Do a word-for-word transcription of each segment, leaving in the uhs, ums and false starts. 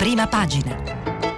Prima pagina.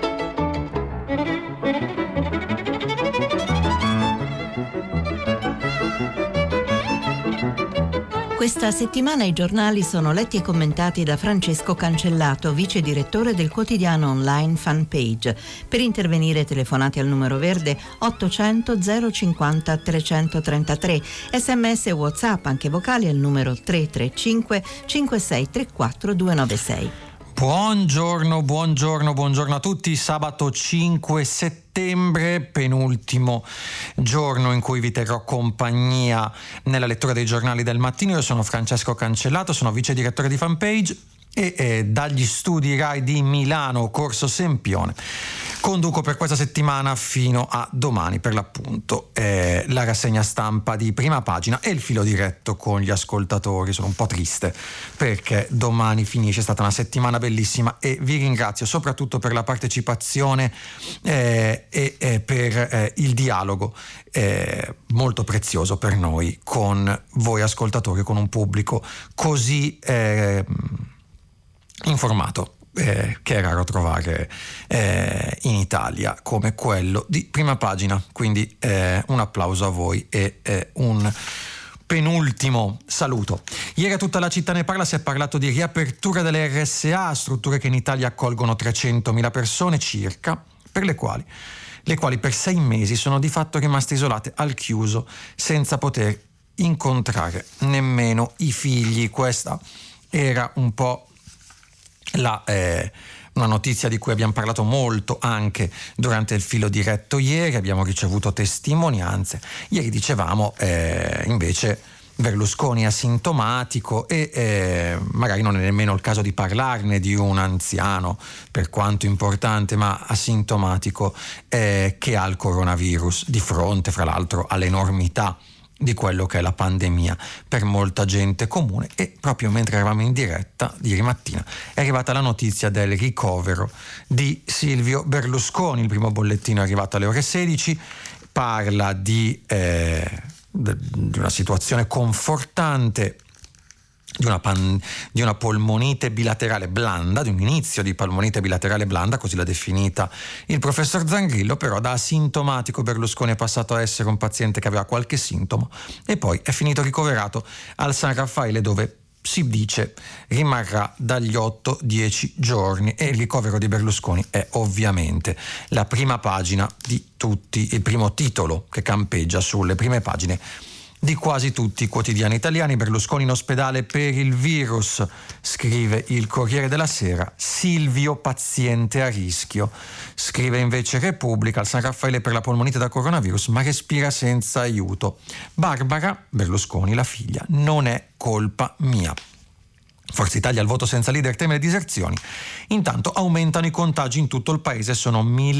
Questa settimana i giornali sono letti e commentati da Francesco Cancellato, vice direttore del quotidiano online Fanpage. Per intervenire telefonate al numero verde ottocento zero cinquanta trecentotrentatré, sms e WhatsApp anche vocali al numero tre tre cinque cinque sei tre quattro due nove sei. Buongiorno, buongiorno, buongiorno a tutti. Sabato cinque settembre, penultimo giorno in cui vi terrò compagnia nella lettura dei giornali del mattino. Io sono Francesco Cancellato, sono vice direttore di Fanpage e eh, dagli studi Rai di Milano, Corso Sempione, conduco per questa settimana fino a domani, per l'appunto, eh, la rassegna stampa di Prima Pagina e il filo diretto con gli ascoltatori. Sono un po' triste perché domani finisce, è stata una settimana bellissima e vi ringrazio soprattutto per la partecipazione eh, e eh, per eh, il dialogo eh, molto prezioso per noi con voi ascoltatori, con un pubblico così eh, informato. Eh, che è raro trovare eh, in Italia come quello di Prima Pagina, quindi eh, un applauso a voi e eh, un penultimo saluto. Ieri a Tutta la città ne parla si è parlato di riapertura delle R S A, strutture che in Italia accolgono trecentomila persone circa, per le quali le quali per sei mesi sono di fatto rimaste isolate al chiuso senza poter incontrare nemmeno i figli. Questa era un po' La, eh, una notizia di cui abbiamo parlato molto anche durante il filo diretto ieri, abbiamo ricevuto testimonianze. Ieri dicevamo eh, invece Berlusconi è asintomatico e eh, magari non è nemmeno il caso di parlarne di un anziano, per quanto importante, ma asintomatico eh, che ha il coronavirus di fronte, fra l'altro, all'enormità di quello che è la pandemia per molta gente comune. E proprio mentre eravamo in diretta ieri mattina è arrivata la notizia del ricovero di Silvio Berlusconi. Il primo bollettino è arrivato alle ore sedici, parla di, eh, di una situazione confortante, Di una, pan, di una polmonite bilaterale blanda, di un inizio di polmonite bilaterale blanda, così l'ha definita il professor Zangrillo. Però da asintomatico Berlusconi è passato a essere un paziente che aveva qualche sintomo e poi è finito ricoverato al San Raffaele, dove si dice rimarrà dagli otto dieci giorni. E il ricovero di Berlusconi è ovviamente la prima pagina di tutti, il primo titolo che campeggia sulle prime pagine di quasi tutti i quotidiani italiani. Berlusconi in ospedale per il virus, scrive il Corriere della Sera. Silvio paziente a rischio, scrive invece Repubblica. Al San Raffaele per la polmonite da coronavirus, ma respira senza aiuto. Barbara Berlusconi, la figlia: non è colpa mia. Forza Italia al voto senza leader, teme le diserzioni. Intanto aumentano i contagi in tutto il paese, sono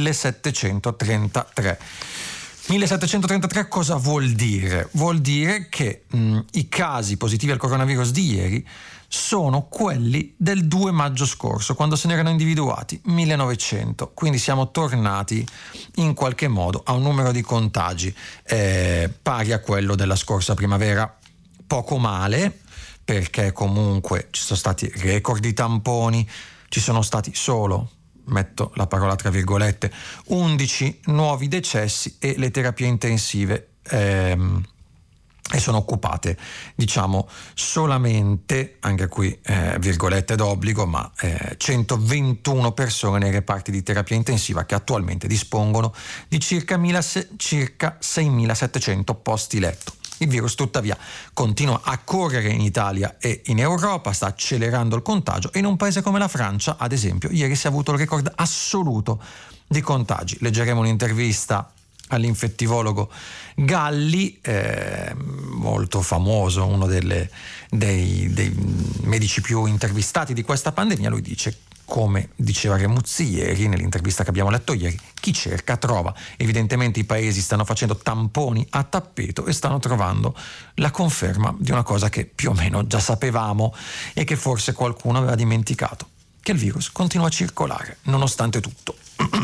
millesettecentotrentatré. millesettecentotrentatré cosa vuol dire? Vuol dire che mh, i casi positivi al coronavirus di ieri sono quelli del due maggio scorso, quando se ne erano individuati millenovecento. Quindi siamo tornati in qualche modo a un numero di contagi eh, pari a quello della scorsa primavera. Poco male, perché comunque ci sono stati record di tamponi, ci sono stati solo, metto la parola tra virgolette, undici nuovi decessi e le terapie intensive ehm, e sono occupate, diciamo, solamente, anche qui eh, virgolette d'obbligo, ma eh, centoventuno persone nei reparti di terapia intensiva, che attualmente dispongono di circa, mille, circa seimilasettecento posti letto. Il virus tuttavia continua a correre in Italia e in Europa, sta accelerando il contagio e in un paese come la Francia, ad esempio, ieri si è avuto il record assoluto di contagi. Leggeremo un'intervista all'infettivologo Galli, eh, molto famoso, uno delle, dei, dei medici più intervistati di questa pandemia. Lui dice, come diceva Remuzzi ieri nell'intervista che abbiamo letto ieri, chi cerca trova. Evidentemente i paesi stanno facendo tamponi a tappeto e stanno trovando la conferma di una cosa che più o meno già sapevamo e che forse qualcuno aveva dimenticato, che il virus continua a circolare nonostante tutto.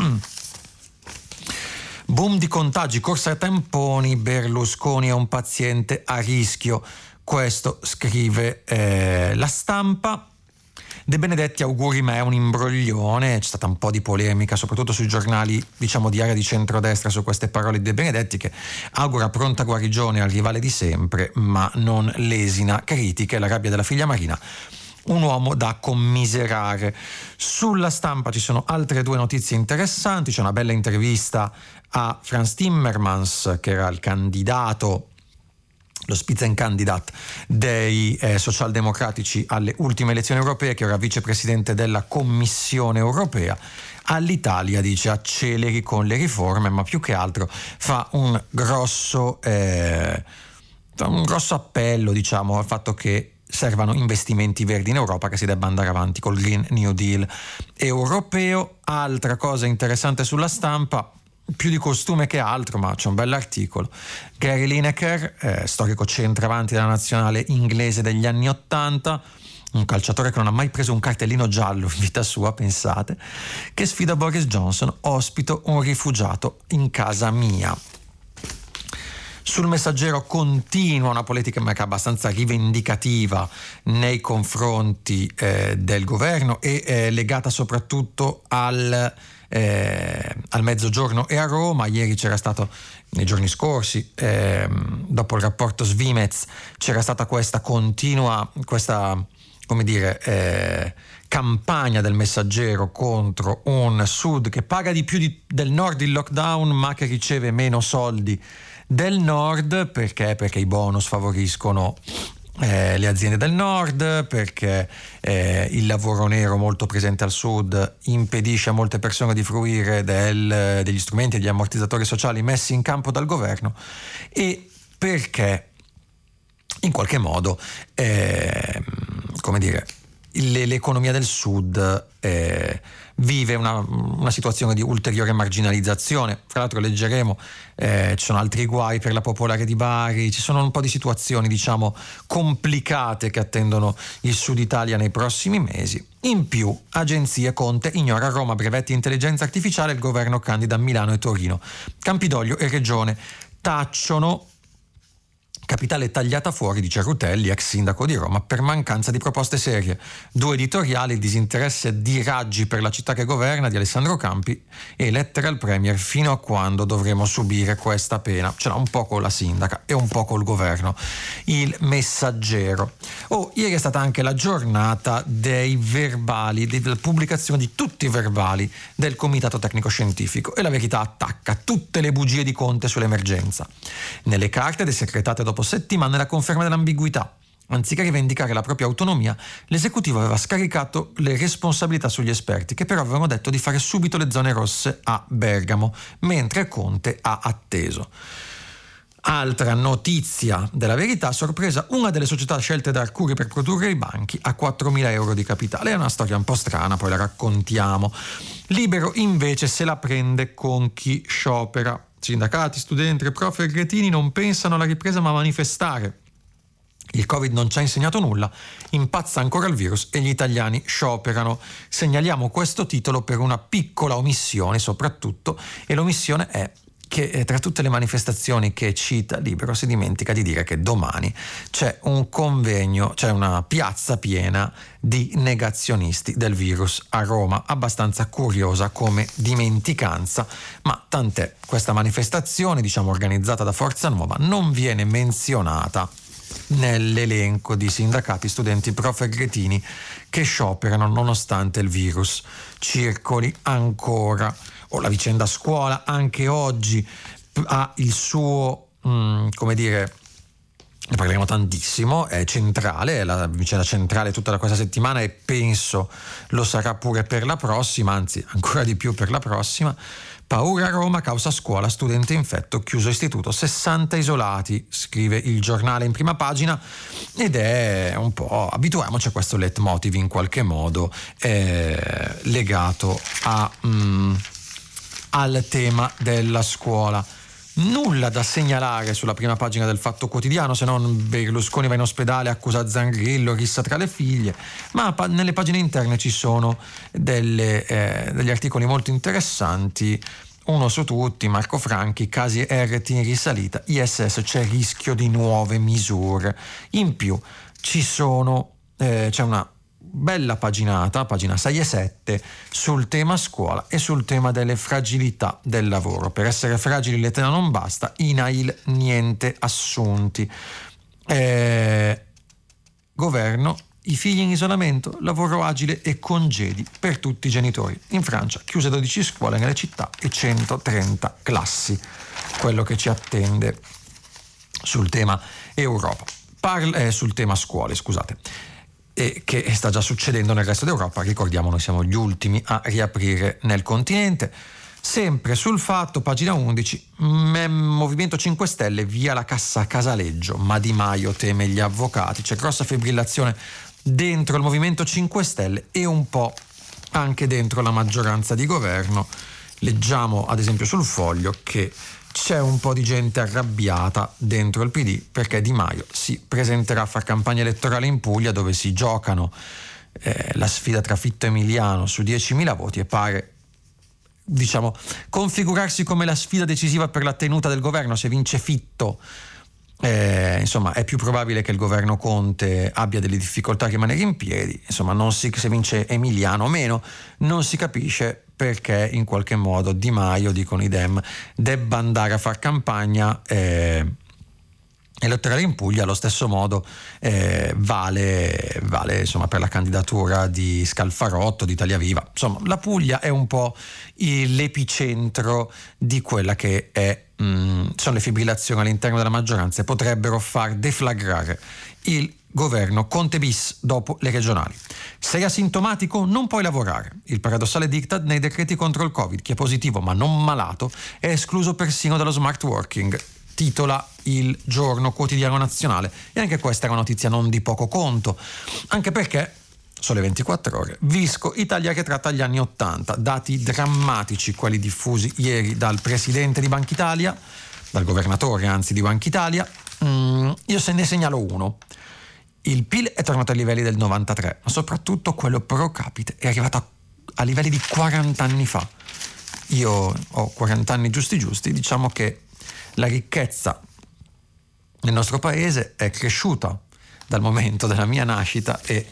Boom di contagi, corsa ai tamponi, Berlusconi è un paziente a rischio. Questo scrive eh, La Stampa. De Benedetti, auguri me, è un imbroglione, c'è stata un po' di polemica soprattutto sui giornali, diciamo, di area di centrodestra su queste parole di De Benedetti, che augura pronta guarigione al rivale di sempre ma non lesina critiche. La rabbia della figlia Marina, un uomo da commiserare. Sulla Stampa ci sono altre due notizie interessanti, c'è una bella intervista a Franz Timmermans, che era il candidato, lo Spitzenkandidat dei eh, socialdemocratici alle ultime elezioni europee, che ora vicepresidente della Commissione europea. All'Italia dice acceleri con le riforme, ma più che altro fa un grosso eh, un grosso appello, diciamo, al fatto che servano investimenti verdi in Europa, che si debba andare avanti col Green New Deal europeo. Altra cosa interessante sulla Stampa, più di costume che altro, ma c'è un bell'articolo. Gary Lineker, eh, storico centravanti della nazionale inglese degli anni ottanta, un calciatore che non ha mai preso un cartellino giallo in vita sua, pensate, che sfida Boris Johnson: ospito un rifugiato in casa mia. Sul Messaggero continua una politica abbastanza rivendicativa nei confronti eh, del governo e eh, legata soprattutto al, eh, al Mezzogiorno e a Roma. Ieri c'era stato, nei giorni scorsi, eh, dopo il rapporto Svimez, c'era stata questa continua, questa, come dire, eh, campagna del Messaggero contro un Sud che paga di più di, del Nord il lockdown, ma che riceve meno soldi del Nord. Perché? Perché i bonus favoriscono eh, le aziende del Nord, perché eh, il lavoro nero molto presente al Sud impedisce a molte persone di fruire del, degli strumenti e degli ammortizzatori sociali messi in campo dal governo, e perché in qualche modo eh, come dire, l'economia del Sud eh, vive una, una situazione di ulteriore marginalizzazione. Tra l'altro leggeremo, eh, ci sono altri guai per la Popolare di Bari, ci sono un po' di situazioni, diciamo, complicate che attendono il Sud Italia nei prossimi mesi. In più, agenzie, Conte ignora Roma, brevetti intelligenza artificiale, il governo candida a Milano e Torino. Campidoglio e Regione tacciono. Capitale tagliata fuori, dice Rutelli, ex sindaco di Roma, per mancanza di proposte serie. Due editoriali: il disinteresse di Raggi per la città che governa, di Alessandro Campi, e lettere al Premier: fino a quando dovremo subire questa pena. Ce l'ha un po' con la sindaca e un po' col governo. Il Messaggero. Oh, ieri è stata anche la giornata dei verbali, della pubblicazione di tutti i verbali del Comitato Tecnico Scientifico, e La Verità attacca tutte le bugie di Conte sull'emergenza. Nelle carte desecretate dopo settimane la conferma dell'ambiguità. Anziché rivendicare la propria autonomia, l'esecutivo aveva scaricato le responsabilità sugli esperti, che però avevano detto di fare subito le zone rosse a Bergamo, mentre Conte ha atteso. Altra notizia della Verità: sorpresa, una delle società scelte da Arcuri per produrre i banchi a quattromila euro di capitale. È una storia un po' strana, poi la raccontiamo. Libero invece se la prende con chi sciopera. Sindacati, studenti, prof e gretini non pensano alla ripresa ma a manifestare. Il Covid non ci ha insegnato nulla, impazza ancora il virus e gli italiani scioperano. Segnaliamo questo titolo per una piccola omissione soprattutto, e l'omissione è che tra tutte le manifestazioni che cita Libero si dimentica di dire che domani c'è un convegno, c'è una piazza piena di negazionisti del virus a Roma. Abbastanza curiosa come dimenticanza, ma tant'è. Questa manifestazione, diciamo organizzata da Forza Nuova, non viene menzionata nell'elenco di sindacati, studenti, prof e gretini che scioperano nonostante il virus circoli ancora. O la vicenda scuola anche oggi ha il suo, mh, come dire, ne parleremo tantissimo, è centrale, è la vicenda centrale tutta questa settimana, e penso lo sarà pure per la prossima, anzi ancora di più per la prossima. Paura a Roma, causa scuola, studente infetto, chiuso istituto, sessanta isolati, scrive il Giornale in prima pagina, ed è un po', abituiamoci a questo leitmotiv in qualche modo eh, legato a... Mh, al tema della scuola. Nulla da segnalare sulla prima pagina del Fatto Quotidiano, se non Berlusconi va in ospedale, accusa Zangrillo, rissa tra le figlie, ma pa- nelle pagine interne ci sono delle, eh, degli articoli molto interessanti. Uno su tutti, Marco Franchi, casi R T in risalita, I S S c'è rischio di nuove misure. In più ci sono, eh, c'è una bella paginata, pagina sei e sette, sul tema scuola e sul tema delle fragilità del lavoro. Per essere fragili l'età non basta, I N A I L niente assunti. Eh, governo, i figli in isolamento, lavoro agile e congedi per tutti i genitori. In Francia chiuse dodici scuole nelle città e centotrenta classi. Quello che ci attende sul tema Europa. Parla, eh, sul tema scuole, scusate. E che sta già succedendo nel resto d'Europa. Ricordiamo, noi siamo gli ultimi a riaprire nel continente. Sempre sul Fatto, pagina undici, Movimento cinque Stelle via la cassa Casaleggio, ma Di Maio teme gli avvocati. C'è grossa fibrillazione dentro il Movimento cinque Stelle e un po' anche dentro la maggioranza di governo. Leggiamo ad esempio sul Foglio che c'è un po' di gente arrabbiata dentro il P D perché Di Maio si presenterà a far campagna elettorale in Puglia, dove si giocano eh, la sfida tra Fitto e Emiliano su diecimila voti, e pare, diciamo, configurarsi come la sfida decisiva per la tenuta del governo. Se vince Fitto, eh, insomma, è più probabile che il governo Conte abbia delle difficoltà a rimanere in piedi. Insomma, non si, se vince Emiliano o meno, non si capisce perché in qualche modo Di Maio, dicono i Dem, debba andare a far campagna eh, elettorale in Puglia. Allo stesso modo eh, vale, vale insomma, per la candidatura di Scalfarotto, di Italia Viva. Insomma, la Puglia è un po' il, l'epicentro di quella che è, mh, sono le fibrillazioni all'interno della maggioranza e potrebbero far deflagrare il governo Conte bis dopo le regionali. Sei asintomatico? Non puoi lavorare. Il paradossale diktat nei decreti contro il Covid. Chi è positivo ma non malato è escluso persino dallo smart working, titola Il Giorno Quotidiano Nazionale. E anche questa è una notizia non di poco conto, anche perché Sole ventiquattro Ore, Visco, Italia che tratta gli anni ottanta, dati drammatici quelli diffusi ieri dal presidente di Banca Italia, dal governatore anzi di Banca Italia. Mm, io se ne segnalo uno. Il P I L è tornato ai livelli del novantatré, ma soprattutto quello pro capite è arrivato a, a livelli di quaranta anni fa. Io ho quaranta anni giusti giusti, diciamo che la ricchezza nel nostro paese è cresciuta dal momento della mia nascita e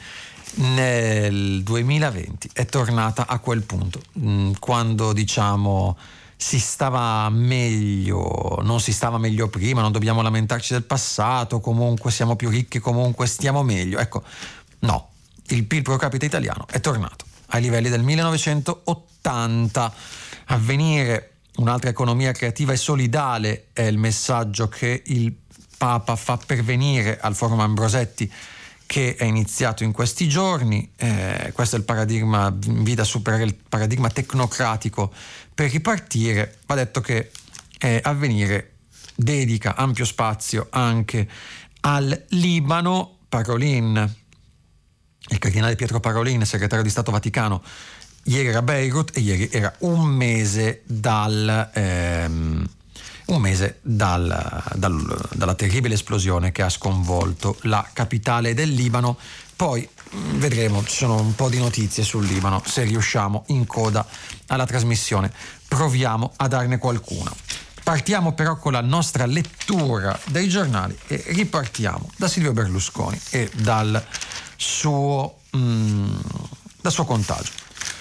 nel duemilaventi è tornata a quel punto, quando diciamo si stava meglio, non si stava meglio prima, non dobbiamo lamentarci del passato, comunque siamo più ricchi, comunque stiamo meglio. Ecco, no, il P I L pro capite italiano è tornato ai livelli del millenovecentottanta. Avvenire un'altra economia creativa e solidale è il messaggio che il Papa fa pervenire al Forum Ambrosetti, che è iniziato in questi giorni. Eh, questo è il paradigma, invita a superare il paradigma tecnocratico per ripartire. Va detto che eh, Avvenire dedica ampio spazio anche al Libano. Parolin, il cardinale Pietro Parolin, segretario di Stato Vaticano, ieri era a Beirut e ieri era un mese dal... Ehm, un mese dal, dal, dalla terribile esplosione che ha sconvolto la capitale del Libano. Poi vedremo, ci sono un po' di notizie sul Libano, se riusciamo in coda alla trasmissione proviamo a darne qualcuna. Partiamo però con la nostra lettura dei giornali e ripartiamo da Silvio Berlusconi e dal suo, mm, dal suo contagio,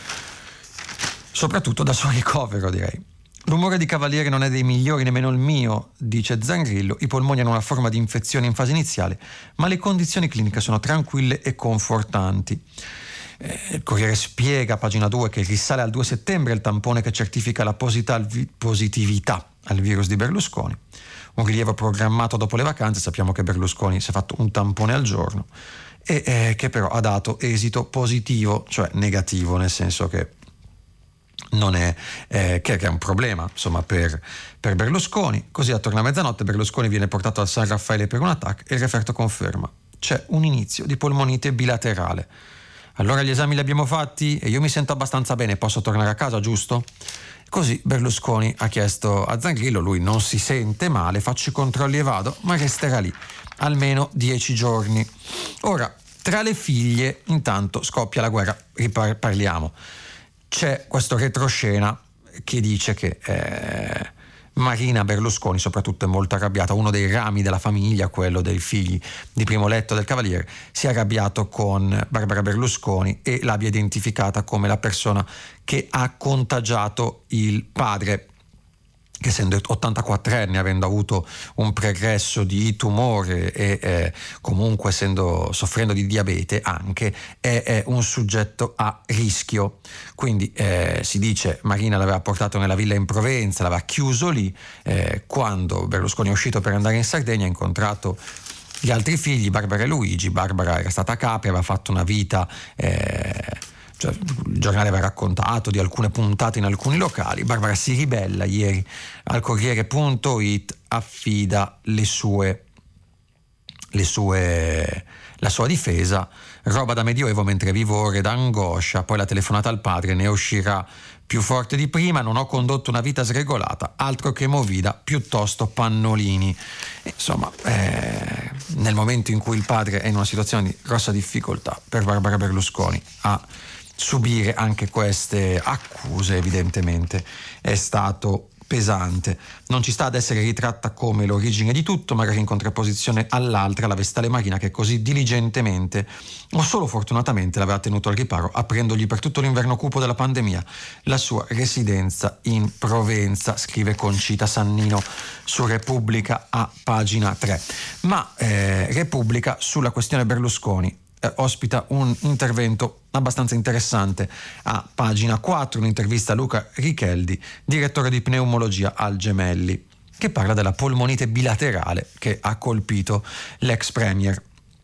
soprattutto dal suo ricovero, direi. L'umore di Cavaliere non è dei migliori, nemmeno il mio, dice Zangrillo. I polmoni hanno una forma di infezione in fase iniziale, ma le condizioni cliniche sono tranquille e confortanti. Eh, il Corriere spiega, pagina due, che risale al due settembre il tampone che certifica la positività al virus di Berlusconi. Un rilievo programmato dopo le vacanze. Sappiamo che Berlusconi si è fatto un tampone al giorno e eh, che però ha dato esito positivo, cioè negativo, nel senso che non è eh, che, che è un problema insomma per, per Berlusconi. Così attorno a mezzanotte Berlusconi viene portato al San Raffaele per un attacco e il referto conferma: c'è un inizio di polmonite bilaterale. Allora gli esami li abbiamo fatti e io mi sento abbastanza bene, posso tornare a casa, giusto? Così Berlusconi ha chiesto a Zangrillo, lui non si sente male, faccio i controlli e vado, ma resterà lì almeno dieci giorni. Ora, tra le figlie intanto scoppia la guerra, riparliamo. C'è questo retroscena che dice che eh, Marina Berlusconi soprattutto è molto arrabbiata. Uno dei rami della famiglia, quello dei figli di primo letto del Cavaliere, si è arrabbiato con Barbara Berlusconi e l'abbia identificata come la persona che ha contagiato il padre, che essendo ottantaquattrenne, avendo avuto un pregresso di tumore e eh, comunque essendo soffrendo di diabete anche, è, è un soggetto a rischio. Quindi eh, si dice Marina l'aveva portato nella villa in Provenza, l'aveva chiuso lì, eh, quando Berlusconi è uscito per andare in Sardegna ha incontrato gli altri figli, Barbara e Luigi. Barbara era stata Capri, aveva fatto una vita... Eh, Cioè, il giornale aveva raccontato di alcune puntate in alcuni locali. Barbara si ribella ieri al Corriere punto it, affida le sue, le sue, la sua difesa. Roba da medioevo mentre vivo ore d'angoscia, poi la telefonata al padre, ne uscirà più forte di prima, non ho condotto una vita sregolata, altro che movida, piuttosto pannolini. Insomma, eh, nel momento in cui il padre è in una situazione di grossa difficoltà per Barbara Berlusconi a subire anche queste accuse, evidentemente è stato pesante. Non ci sta ad essere ritratta come l'origine di tutto, magari in contrapposizione all'altra, la Vestale Marina, che così diligentemente o solo fortunatamente l'aveva tenuto al riparo, aprendogli per tutto l'inverno cupo della pandemia la sua residenza in Provenza, scrive Concita Sannino su Repubblica a pagina tre. Ma eh, Repubblica sulla questione Berlusconi Eh, ospita un intervento abbastanza interessante a pagina quattro, un'intervista a Luca Richeldi, direttore di pneumologia al Gemelli, che parla della polmonite bilaterale che ha colpito l'ex premier.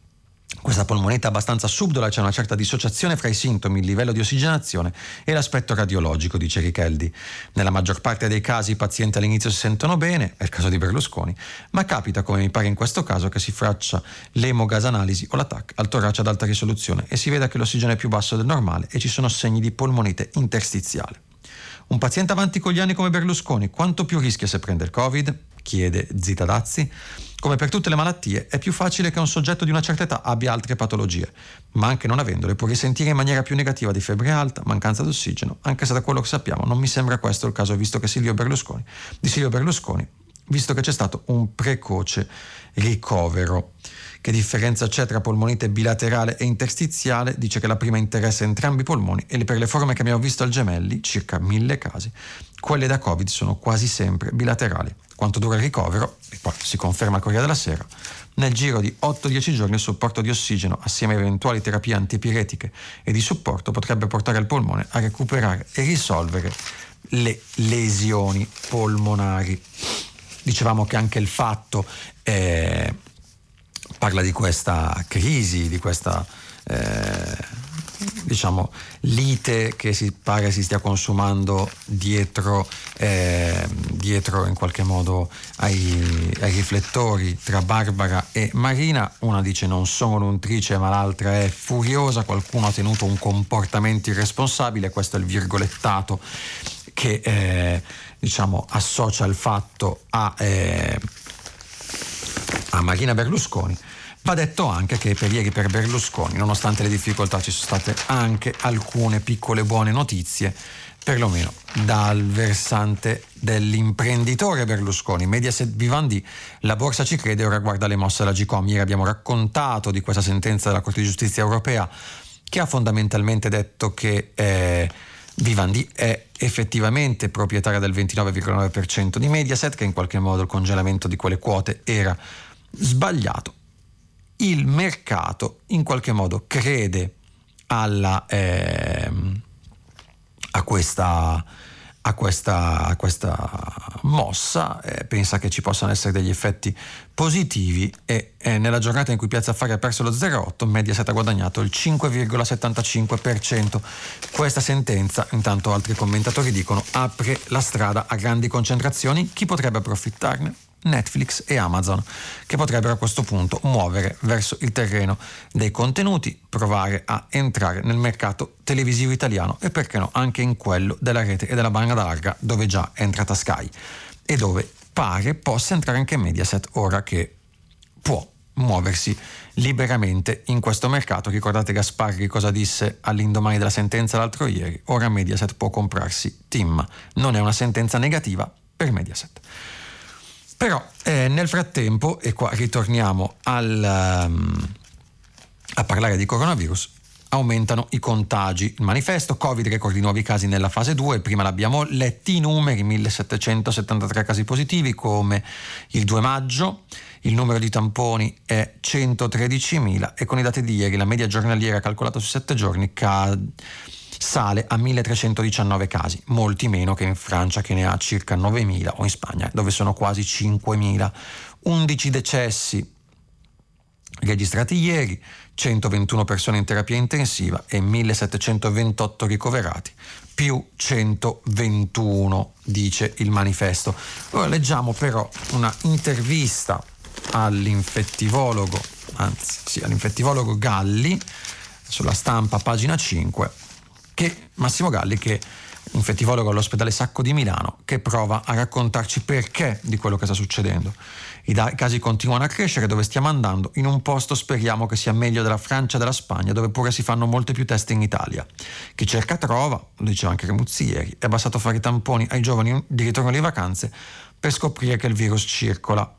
Questa polmonite è abbastanza subdola, c'è una certa dissociazione fra i sintomi, il livello di ossigenazione e l'aspetto radiologico, dice Richeldi. Nella maggior parte dei casi i pazienti all'inizio si sentono bene, è il caso di Berlusconi, ma capita, come mi pare in questo caso, che si faccia l'emogasanalisi o la T A C al torace ad alta risoluzione e si veda che l'ossigeno è più basso del normale e ci sono segni di polmonite interstiziale. Un paziente avanti con gli anni come Berlusconi, quanto più rischia se prende il Covid? Chiede Zita Dazzi. Come per tutte le malattie, è più facile che un soggetto di una certa età abbia altre patologie, ma anche non avendole può risentire in maniera più negativa di febbre alta, mancanza d'ossigeno, anche se da quello che sappiamo non mi sembra questo il caso visto che Silvio Berlusconi, di Silvio Berlusconi, visto che c'è stato un precoce ricovero. Che differenza c'è tra polmonite bilaterale e interstiziale? Dice che la prima interessa entrambi i polmoni e per le forme che abbiamo visto al Gemelli, circa mille casi, quelle da Covid sono quasi sempre bilaterali. Quanto dura il ricovero? E poi si conferma al Corriere della Sera. Nel giro di otto dieci giorni il supporto di ossigeno assieme a eventuali terapie antipiretiche e di supporto potrebbe portare il polmone a recuperare e risolvere le lesioni polmonari. Dicevamo che anche il fatto eh, parla di questa crisi, di questa eh, diciamo lite che si pare si stia consumando dietro, eh, dietro in qualche modo ai, ai riflettori tra Barbara e Marina. Una dice non sono un'untrice ma l'altra è furiosa, qualcuno ha tenuto un comportamento irresponsabile, questo è il virgolettato che eh, diciamo associa il fatto a, eh, a Marina Berlusconi. Va detto anche che per ieri per Berlusconi, nonostante le difficoltà, ci sono state anche alcune piccole buone notizie, perlomeno dal versante dell'imprenditore Berlusconi. Mediaset Vivendi, la borsa ci crede, ora guarda le mosse della Gcom. Ieri abbiamo raccontato di questa sentenza della Corte di Giustizia europea che ha fondamentalmente detto che eh, Vivendi è effettivamente proprietaria del ventinove virgola nove per cento di Mediaset, che in qualche modo il congelamento di quelle quote era sbagliato. Il mercato in qualche modo crede alla, eh, a, questa, a, questa, a questa mossa, eh, pensa che ci possano essere degli effetti positivi e eh, nella giornata in cui Piazza Affari ha perso lo zero virgola otto, Mediaset ha guadagnato il cinque virgola settantacinque per cento. Questa sentenza, intanto altri commentatori dicono, apre la strada a grandi concentrazioni. Chi potrebbe approfittarne? Netflix e Amazon, che potrebbero a questo punto muovere verso il terreno dei contenuti, provare a entrare nel mercato televisivo italiano e perché no anche in quello della rete e della banda larga, dove già è entrata Sky e dove pare possa entrare anche Mediaset ora che può muoversi liberamente in questo mercato. Ricordate Gasparri cosa disse all'indomani della sentenza l'altro ieri? Ora Mediaset può comprarsi T I M. Non è una sentenza negativa, per Mediaset. Però eh, nel frattempo, e qua ritorniamo al, um, a parlare di coronavirus, aumentano i contagi. Il manifesto: Covid, record di nuovi casi nella fase due. Prima l'abbiamo letti i numeri: millesettecentosettantatré casi positivi come il due maggio, il numero di tamponi è centotredicimila e con i dati di ieri la media giornaliera calcolata su sette giorni ca- sale a milletrecentodiciannove casi, molti meno che in Francia, che ne ha circa novemila, o in Spagna dove sono quasi cinquemila. undici decessi registrati ieri, centoventuno persone in terapia intensiva e millesettecentoventotto ricoverati, più centoventuno, dice il manifesto. Ora leggiamo però una intervista all'infettivologo, anzi sì, all'infettivologo Galli, sulla Stampa, pagina cinque, che Massimo Galli, che infettivologo all'ospedale Sacco di Milano, che prova a raccontarci perché di quello che sta succedendo. I, da- i casi continuano a crescere, dove stiamo andando, in un posto speriamo che sia meglio della Francia e della Spagna, dove pure si fanno molte più test in Italia. Chi cerca trova, lo diceva anche Remuzzi ieri, è bastato fare i tamponi ai giovani di ritorno alle vacanze per scoprire che il virus circola.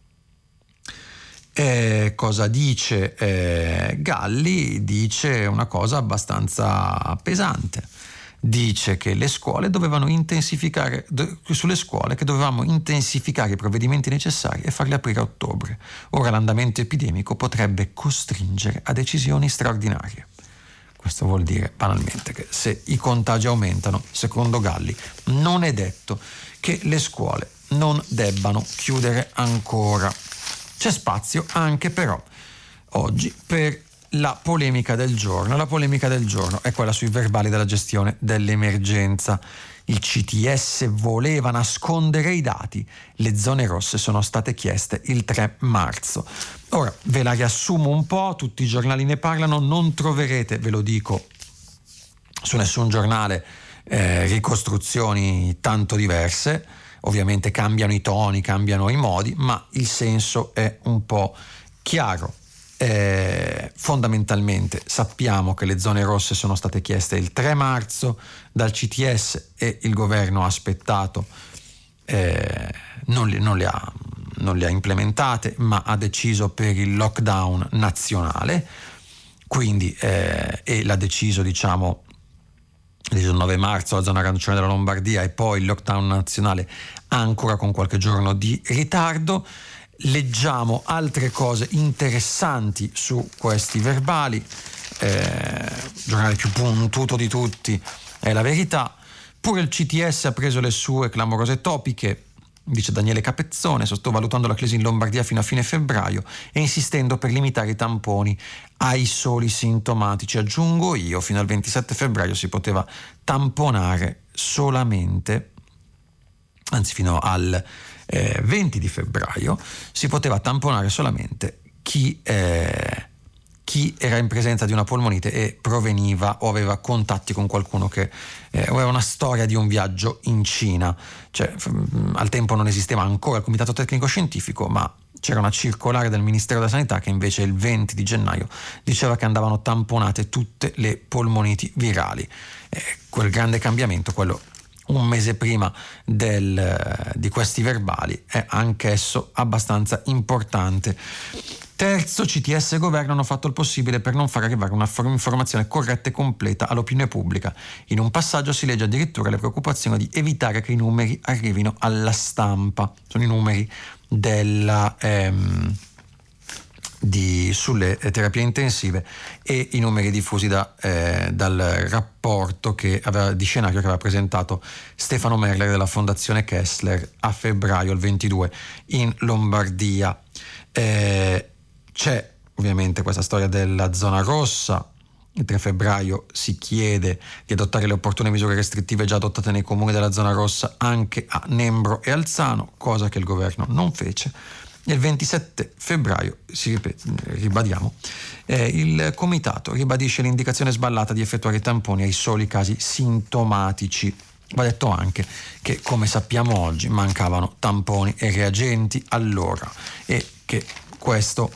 E cosa dice eh, Galli? Dice una cosa abbastanza pesante. Dice che le scuole dovevano intensificare, sulle scuole che dovevamo intensificare i provvedimenti necessari e farli aprire a ottobre. Ora l'andamento epidemico potrebbe costringere a decisioni straordinarie. Questo vuol dire banalmente che se i contagi aumentano, secondo Galli, non è detto che le scuole non debbano chiudere ancora. C'è spazio anche però oggi per la polemica del giorno. La polemica del giorno è quella sui verbali della gestione dell'emergenza. Il C T S voleva nascondere i dati, le zone rosse sono state chieste il tre marzo. Ora ve la riassumo un po', tutti i giornali ne parlano, non troverete, ve lo dico, su nessun giornale eh, ricostruzioni tanto diverse. Ovviamente cambiano i toni, cambiano i modi, ma il senso è un po' chiaro. Eh, fondamentalmente sappiamo che le zone rosse sono state chieste il tre marzo dal C T S e il governo ha aspettato, eh, non, le, non, le ha, non le ha implementate, ma ha deciso per il lockdown nazionale, quindi eh, e l'ha deciso diciamo il diciannove marzo la zona arancione della Lombardia e poi il lockdown nazionale ancora con qualche giorno di ritardo. Leggiamo altre cose interessanti su questi verbali. Eh, il giornale più puntuto di tutti è La Verità. Pure il C T S ha preso le sue clamorose topiche, dice Daniele Capezzone, sottovalutando la crisi in Lombardia fino a fine febbraio e insistendo per limitare i tamponi ai soli sintomatici. Aggiungo io, fino al ventisette febbraio si poteva tamponare solamente, anzi fino al eh, venti di febbraio si poteva tamponare solamente chi, eh, chi era in presenza di una polmonite e proveniva o aveva contatti con qualcuno che eh, aveva una storia di un viaggio in Cina. Cioè, f- al tempo non esisteva ancora il comitato tecnico scientifico, ma c'era una circolare del Ministero della Sanità che invece il venti di gennaio diceva che andavano tamponate tutte le polmoniti virali. Eh, quel grande cambiamento, quello un mese prima del, di questi verbali, è anch'esso abbastanza importante. Terzo, C T S e governo hanno fatto il possibile per non far arrivare una informazione corretta e completa all'opinione pubblica. In un passaggio si legge addirittura le preoccupazioni di evitare che i numeri arrivino alla stampa. Sono i numeri della, ehm, di, sulle terapie intensive e i numeri diffusi da, eh, dal rapporto che aveva, di scenario che aveva presentato Stefano Merler della Fondazione Kessler a febbraio, il ventidue, in Lombardia. Eh, c'è ovviamente questa storia della zona rossa. Il tre febbraio si chiede di adottare le opportune misure restrittive già adottate nei comuni della zona rossa anche a Nembro e Alzano, cosa che il governo non fece. Il ventisette febbraio, si ripete, ribadiamo, eh, il comitato ribadisce l'indicazione sballata di effettuare i tamponi ai soli casi sintomatici. Va detto anche che, come sappiamo oggi, mancavano tamponi e reagenti allora e che questo,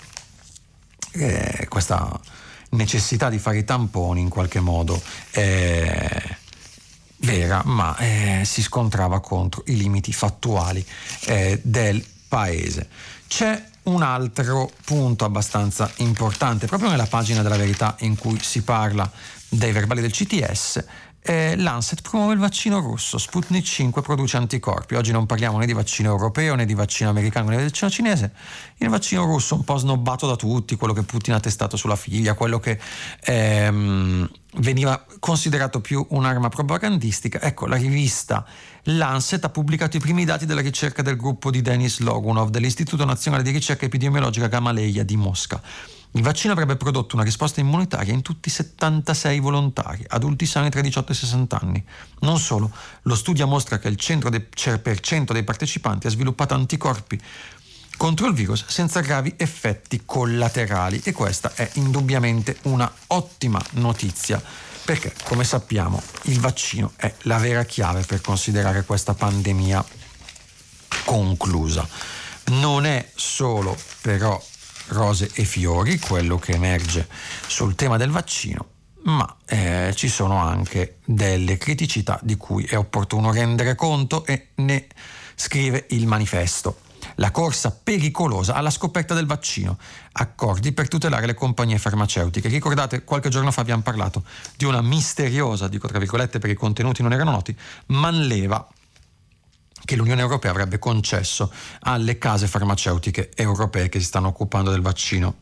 eh, questa necessità di fare i tamponi in qualche modo è era, ma eh, si scontrava contro i limiti fattuali eh, del paese. C'è un altro punto abbastanza importante, proprio nella pagina della Verità in cui si parla dei verbali del C T S. Eh, Lancet promuove il vaccino russo, Sputnik cinque produce anticorpi. Oggi non parliamo né di vaccino europeo né di vaccino americano né di vaccino cinese. Il vaccino russo un po' snobbato da tutti, quello che Putin ha testato sulla figlia, quello che ehm, veniva considerato più un'arma propagandistica. Ecco, la rivista Lancet ha pubblicato i primi dati della ricerca del gruppo di Denis Logunov dell'Istituto Nazionale di Ricerca Epidemiologica Gamaleya di Mosca. Il vaccino avrebbe prodotto una risposta immunitaria in tutti i settantasei volontari, adulti sani tra i diciotto e i sessanta anni. Non solo, lo studio mostra che il cento per cento dei partecipanti ha sviluppato anticorpi contro il virus senza gravi effetti collaterali, e questa è indubbiamente una ottima notizia, perché, come sappiamo, il vaccino è la vera chiave per considerare questa pandemia conclusa. Non è solo, però, rose e fiori quello che emerge sul tema del vaccino, ma eh, ci sono anche delle criticità di cui è opportuno rendere conto, e ne scrive il manifesto. La corsa pericolosa alla scoperta del vaccino, accordi per tutelare le compagnie farmaceutiche. Ricordate, qualche giorno fa abbiamo parlato di una misteriosa, dico tra virgolette perché i contenuti non erano noti, manleva che l'Unione Europea avrebbe concesso alle case farmaceutiche europee che si stanno occupando del vaccino.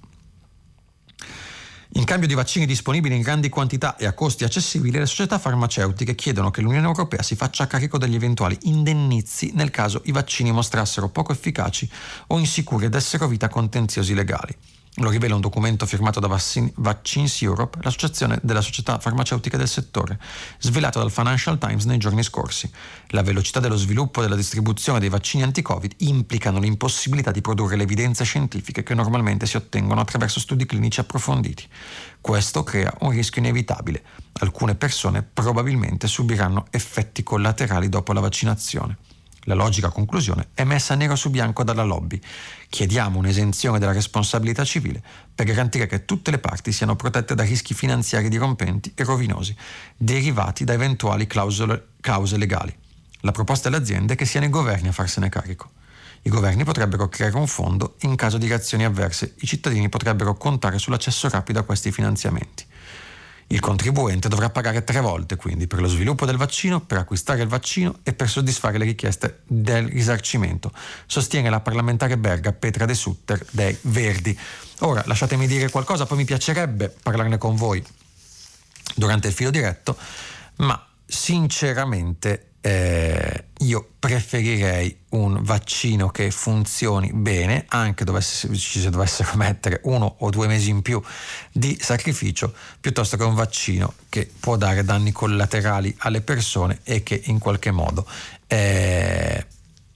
In cambio di vaccini disponibili in grandi quantità e a costi accessibili, le società farmaceutiche chiedono che l'Unione Europea si faccia carico degli eventuali indennizi nel caso i vaccini mostrassero poco efficaci o insicuri ed essero vita contenziosi legali. Lo rivela un documento firmato da Vaccines Europe, l'associazione delle società farmaceutiche del settore, svelato dal Financial Times nei giorni scorsi. La velocità dello sviluppo e della distribuzione dei vaccini anti-Covid implicano l'impossibilità di produrre le evidenze scientifiche che normalmente si ottengono attraverso studi clinici approfonditi. Questo crea un rischio inevitabile. Alcune persone probabilmente subiranno effetti collaterali dopo la vaccinazione. La logica conclusione è messa nero su bianco dalla lobby. Chiediamo un'esenzione della responsabilità civile per garantire che tutte le parti siano protette da rischi finanziari dirompenti e rovinosi, derivati da eventuali clausole, cause legali. La proposta alle aziende è che siano i governi a farsene carico. I governi potrebbero creare un fondo in caso di reazioni avverse. I cittadini potrebbero contare sull'accesso rapido a questi finanziamenti. Il contribuente dovrà pagare tre volte quindi per lo sviluppo del vaccino, per acquistare il vaccino e per soddisfare le richieste del risarcimento, sostiene la parlamentare belga Petra De Sutter dei Verdi. Ora lasciatemi dire qualcosa, poi mi piacerebbe parlarne con voi durante il filo diretto, ma sinceramente eh, io preferirei un vaccino che funzioni bene, anche dovesse, ci si dovessero mettere uno o due mesi in più di sacrificio, piuttosto che un vaccino che può dare danni collaterali alle persone e che in qualche modo eh,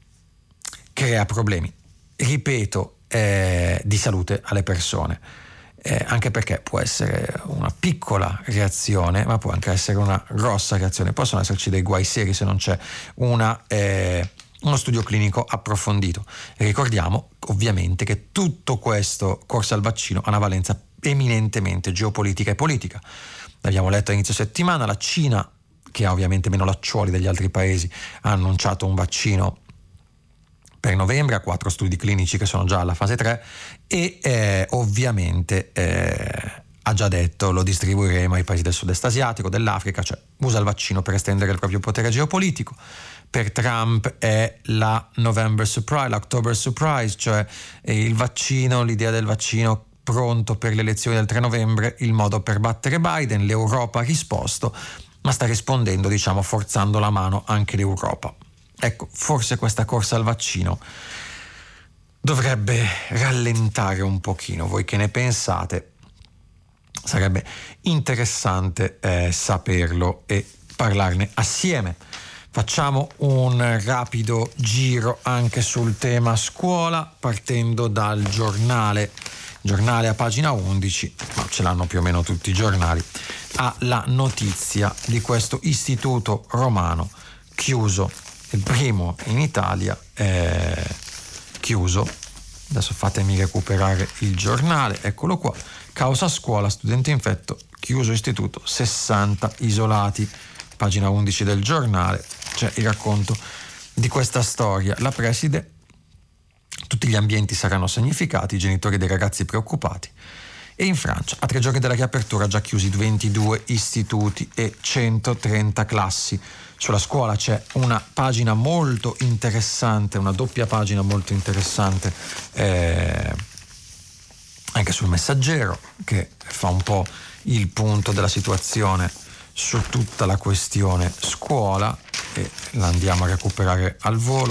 crea problemi, ripeto, eh, di salute alle persone. Eh, anche perché può essere una piccola reazione, ma può anche essere una grossa reazione. Possono esserci dei guai seri se non c'è una, eh, uno studio clinico approfondito. E ricordiamo ovviamente che tutto questo corso al vaccino ha una valenza eminentemente geopolitica e politica. L'abbiamo letto a inizio settimana, la Cina, che ha ovviamente meno lacciuoli degli altri paesi, ha annunciato un vaccino per novembre, a quattro studi clinici che sono già alla fase tre, e eh, ovviamente eh, ha già detto lo distribuiremo ai paesi del sud-est asiatico, dell'Africa, cioè usa il vaccino per estendere il proprio potere geopolitico. Per Trump è la November Surprise, l'October Surprise, cioè il vaccino, l'idea del vaccino pronto per le elezioni del tre novembre, il modo per battere Biden. L'Europa ha risposto, ma sta rispondendo, diciamo, forzando la mano anche l'Europa. Ecco, forse questa corsa al vaccino dovrebbe rallentare un pochino. Voi che ne pensate? Sarebbe interessante eh, saperlo e parlarne assieme. Facciamo un rapido giro anche sul tema scuola, partendo dal giornale. Giornale a pagina undici, ma ce l'hanno più o meno tutti i giornali, ha la notizia di questo istituto romano chiuso. Il primo in Italia è chiuso. Adesso fatemi recuperare il giornale, eccolo qua. Causa scuola, studente infetto, chiuso istituto, sessanta isolati. pagina undici del giornale, c'è il racconto di questa storia. La preside: tutti gli ambienti saranno sanificati, i genitori dei ragazzi preoccupati. E in Francia, a tre giorni dalla riapertura, già chiusi ventidue istituti e centotrenta classi. Sulla scuola c'è una pagina molto interessante, una doppia pagina molto interessante, eh, anche sul Messaggero, che fa un po' il punto della situazione su tutta la questione scuola, e la andiamo a recuperare al volo.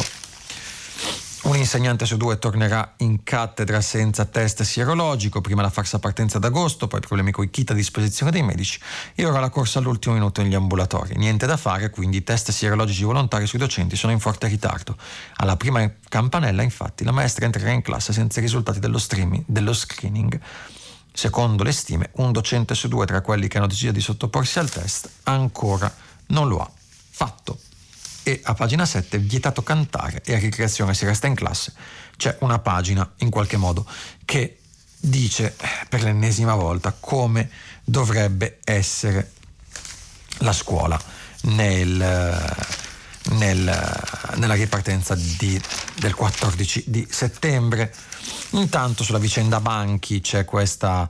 Un insegnante su due tornerà in cattedra senza test sierologico, prima la farsa partenza d'agosto, poi problemi con i kit a disposizione dei medici e ora la corsa all'ultimo minuto negli ambulatori. Niente da fare, quindi i test sierologici volontari sui docenti sono in forte ritardo. Alla prima campanella, infatti, la maestra entrerà in classe senza i risultati dello, streaming, dello screening. Secondo le stime, un docente su due tra quelli che hanno deciso di sottoporsi al test ancora non lo ha fatto. E a pagina sette, vietato cantare e a ricreazione si resta in classe, c'è una pagina in qualche modo che dice per l'ennesima volta come dovrebbe essere la scuola nel, nel, nella ripartenza di, del quattordici di settembre. Intanto sulla vicenda banchi c'è questa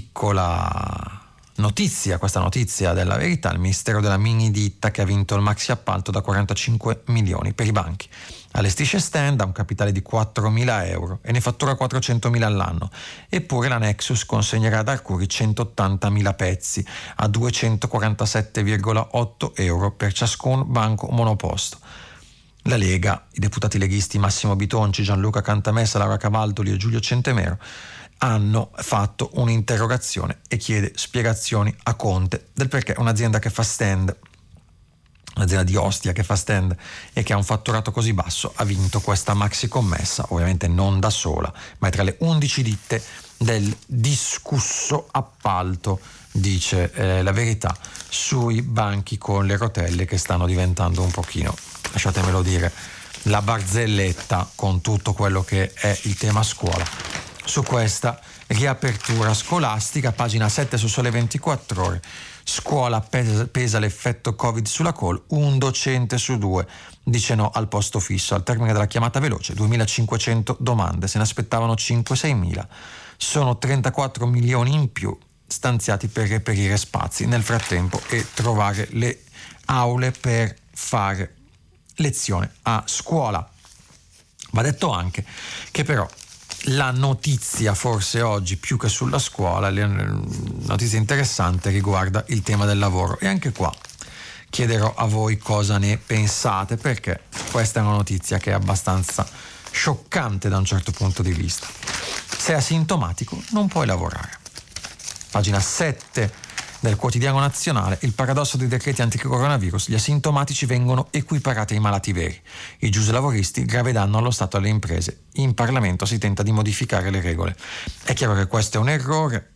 piccola notizia, questa notizia della Verità: il Ministero della mini ditta che ha vinto il maxi appalto da quarantacinque milioni per i banchi. Allestisce stand, ha un capitale di quattromila euro e ne fattura quattrocentomila all'anno. Eppure la Nexus consegnerà ad Arcuri centottantamila pezzi a duecentoquarantasette virgola otto euro per ciascun banco monoposto. La Lega, i deputati leghisti Massimo Bitonci, Gianluca Cantamessa, Laura Cavaldoli e Giulio Centemero hanno fatto un'interrogazione e chiede spiegazioni a Conte del perché un'azienda che fa stand, un'azienda di Ostia che fa stand e che ha un fatturato così basso, ha vinto questa maxi commessa, ovviamente non da sola, ma è tra le undici ditte del discusso appalto, dice eh, la Verità, sui banchi con le rotelle che stanno diventando un pochino, lasciatemelo dire, la barzelletta con tutto quello che è il tema scuola. Su questa riapertura scolastica, pagina sette su Sole ventiquattro Ore, scuola pesa, pesa l'effetto Covid sulla call, un docente su due dice no al posto fisso. Al termine della chiamata veloce, duemilacinquecento domande, se ne aspettavano cinque sei mila. Sono trentaquattro milioni in più stanziati per reperire spazi nel frattempo e trovare le aule per fare lezione a scuola. Va detto anche che però la notizia forse oggi più che sulla scuola, la notizia interessante riguarda il tema del lavoro, e anche qua chiederò a voi cosa ne pensate, perché questa è una notizia che è abbastanza scioccante da un certo punto di vista. Sei asintomatico non puoi lavorare. Pagina sette del Quotidiano Nazionale, il paradosso dei decreti anticoronavirus: gli asintomatici vengono equiparati ai malati veri, i giuslavoristi grave danno allo Stato e alle imprese, in Parlamento si tenta di modificare le regole. È chiaro che questo è un errore,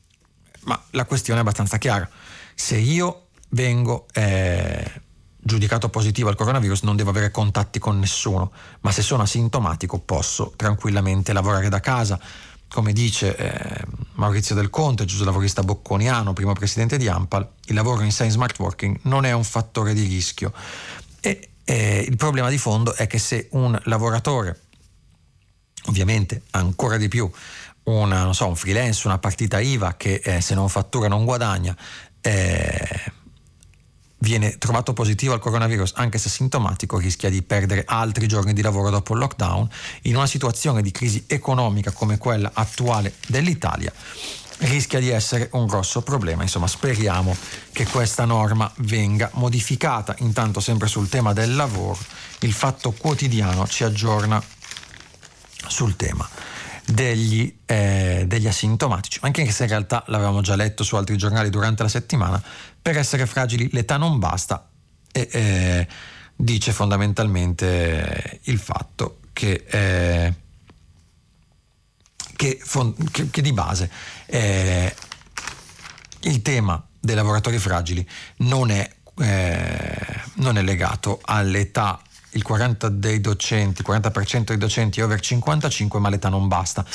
ma la questione è abbastanza chiara: se io vengo eh, giudicato positivo al coronavirus non devo avere contatti con nessuno, ma se sono asintomatico posso tranquillamente lavorare da casa. Come dice eh, Maurizio Del Conte, giuslavorista bocconiano, primo presidente di ANPAL, il lavoro in sé in smart working non è un fattore di rischio. E eh, il problema di fondo è che se un lavoratore, ovviamente ancora di più una, non so, un freelance, una partita I V A che eh, se non fattura non guadagna, eh, viene trovato positivo al coronavirus anche se sintomatico, rischia di perdere altri giorni di lavoro dopo il lockdown. In una situazione di crisi economica come quella attuale dell'Italia rischia di essere un grosso problema. Insomma, speriamo che questa norma venga modificata. Intanto, sempre sul tema del lavoro, il Fatto Quotidiano ci aggiorna sul tema degli, eh, degli asintomatici, anche se in realtà l'avevamo già letto su altri giornali durante la settimana. Per essere fragili l'età non basta, e eh, dice fondamentalmente il fatto che, eh, che, che, che di base eh, il tema dei lavoratori fragili non è, eh, non è legato all'età. Il quaranta dei docenti, il quaranta per cento dei docenti è over cinquantacinque, ma l'età non basta.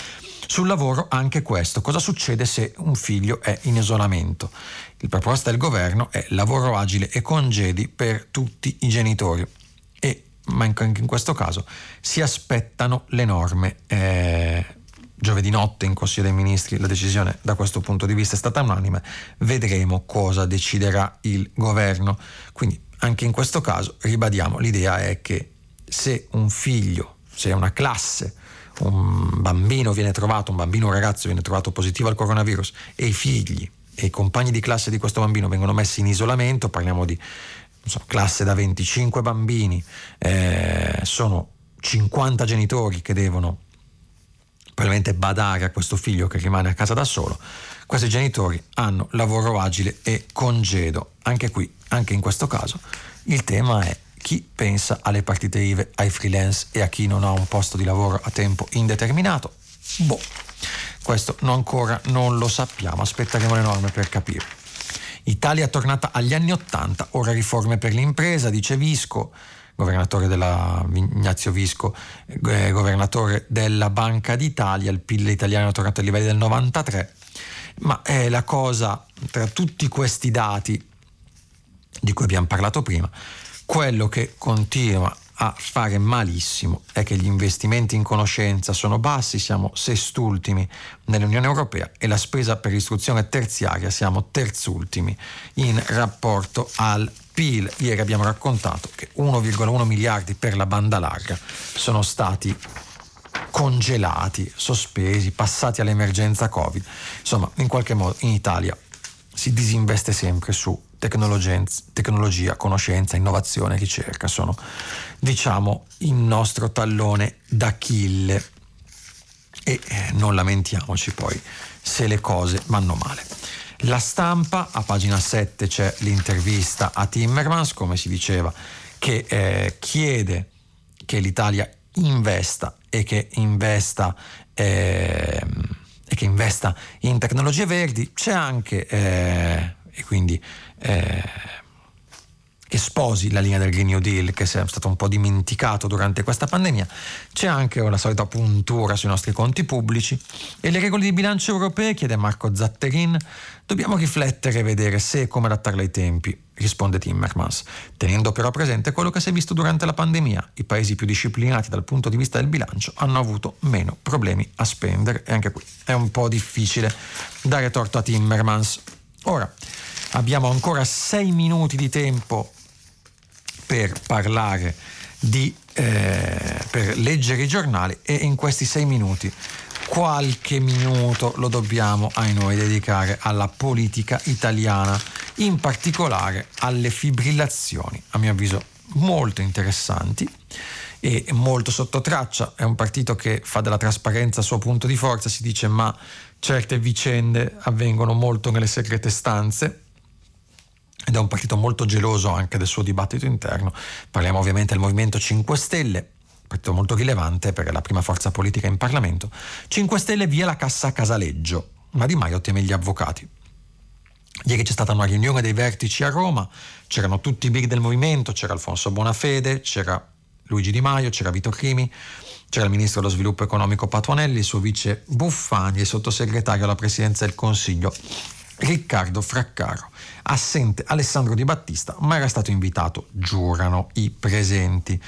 Sul lavoro anche questo, cosa succede se un figlio è in isolamento? La proposta del governo è lavoro agile e congedi per tutti i genitori e ma anche in questo caso si aspettano le norme. Eh, giovedì notte in Consiglio dei Ministri la decisione da questo punto di vista è stata unanime, vedremo cosa deciderà il governo. Quindi anche in questo caso ribadiamo, l'idea è che se un figlio, se una classe, un bambino viene trovato, un bambino o un ragazzo viene trovato positivo al coronavirus e i figli e i compagni di classe di questo bambino vengono messi in isolamento, parliamo di non so, classe da venticinque bambini, eh, sono cinquanta genitori che devono probabilmente badare a questo figlio che rimane a casa da solo, questi genitori hanno lavoro agile e congedo. Anche qui, anche in questo caso, il tema è chi pensa alle partite I V A, ai freelance e a chi non ha un posto di lavoro a tempo indeterminato. Boh, questo no, ancora non lo sappiamo, aspetteremo le norme per capire. Italia tornata agli anni Ottanta, ora riforme per l'impresa, dice Visco, governatore della Ignazio Visco, eh, governatore della Banca d'Italia. Il P I L italiano è tornato ai livelli del novantatré, ma è la cosa, tra tutti questi dati di cui abbiamo parlato prima, quello che continua a fare malissimo è che gli investimenti in conoscenza sono bassi, siamo sestultimi nell'Unione Europea, e la spesa per istruzione terziaria siamo terzultimi in rapporto al P I L. Ieri abbiamo raccontato che uno virgola uno miliardi per la banda larga sono stati congelati, sospesi, passati all'emergenza Covid. Insomma, in qualche modo in Italia si disinveste sempre su tecnologia, conoscenza, innovazione, ricerca. Sono, diciamo, il nostro tallone d'Achille e eh, non lamentiamoci poi se le cose vanno male. La Stampa, a pagina sette c'è l'intervista a Timmermans, come si diceva, che eh, chiede che l'Italia investa e che investa eh, e che investa in tecnologie verdi. C'è anche eh, e quindi eh, che sposi la linea del Green New Deal, che è stato un po' dimenticato durante questa pandemia. C'è anche la solita puntura sui nostri conti pubblici e le regole di bilancio europee, chiede Marco Zatterin. Dobbiamo riflettere e vedere se e come adattarle ai tempi, risponde Timmermans, tenendo però presente quello che si è visto durante la pandemia. I paesi più disciplinati dal punto di vista del bilancio hanno avuto meno problemi a spendere, e anche qui è un po' difficile dare torto a Timmermans. Ora abbiamo ancora sei minuti di tempo per parlare di eh, per leggere i giornali, e in questi sei minuti qualche minuto lo dobbiamo ai noi dedicare alla politica italiana, in particolare alle fibrillazioni, a mio avviso molto interessanti e molto sotto traccia. È un partito che fa della trasparenza il suo punto di forza, si dice, ma certe vicende avvengono molto nelle segrete stanze, ed è un partito molto geloso anche del suo dibattito interno. Parliamo ovviamente del Movimento cinque Stelle, partito molto rilevante perché è la prima forza politica in Parlamento. cinque Stelle via la cassa Casaleggio, ma Di Maio teme gli avvocati. Ieri c'è stata una riunione dei vertici a Roma, c'erano tutti i big del movimento, c'era Alfonso Bonafede, c'era Luigi Di Maio, c'era Vito Crimi, c'era il ministro dello sviluppo economico Patuanelli, il suo vice Buffani e il sottosegretario alla presidenza del Consiglio Riccardo Fraccaro. Assente Alessandro Di Battista, ma era stato invitato, giurano i presenti.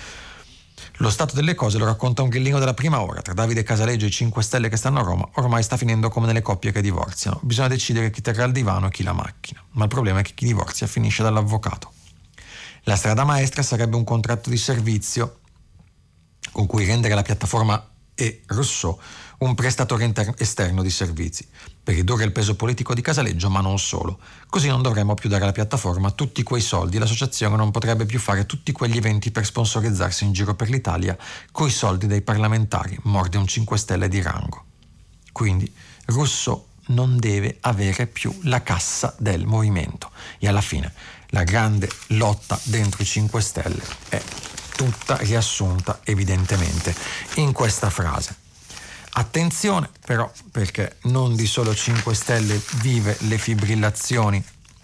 Lo stato delle cose lo racconta un grillino della prima ora. Tra Davide Casaleggio e i cinque Stelle che stanno a Roma, ormai sta finendo come nelle coppie che divorziano. Bisogna decidere chi terrà il divano e chi la macchina. Ma il problema è che chi divorzia finisce dall'avvocato. La strada maestra sarebbe un contratto di servizio con cui rendere la piattaforma e Rousseau un prestatore inter- esterno di servizi, per ridurre il peso politico di Casaleggio, ma non solo. Così non dovremmo più dare alla piattaforma tutti quei soldi e l'associazione non potrebbe più fare tutti quegli eventi per sponsorizzarsi in giro per l'Italia coi soldi dei parlamentari, morde un cinque Stelle di rango. Quindi Rousseau non deve avere più la cassa del movimento, e alla fine la grande lotta dentro i cinque Stelle è tutta riassunta evidentemente in questa frase. Attenzione però, perché non di solo cinque Stelle vive le fibrillazioni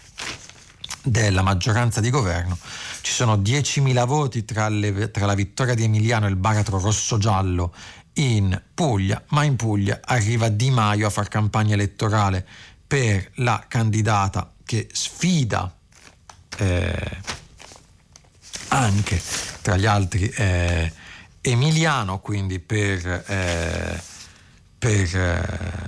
della maggioranza di governo. Ci sono diecimila voti tra, le, tra la vittoria di Emiliano e il baratro rosso-giallo in Puglia, ma in Puglia arriva Di Maio a far campagna elettorale per la candidata che sfida eh, anche tra gli altri eh, Emiliano, quindi per, eh, per, eh,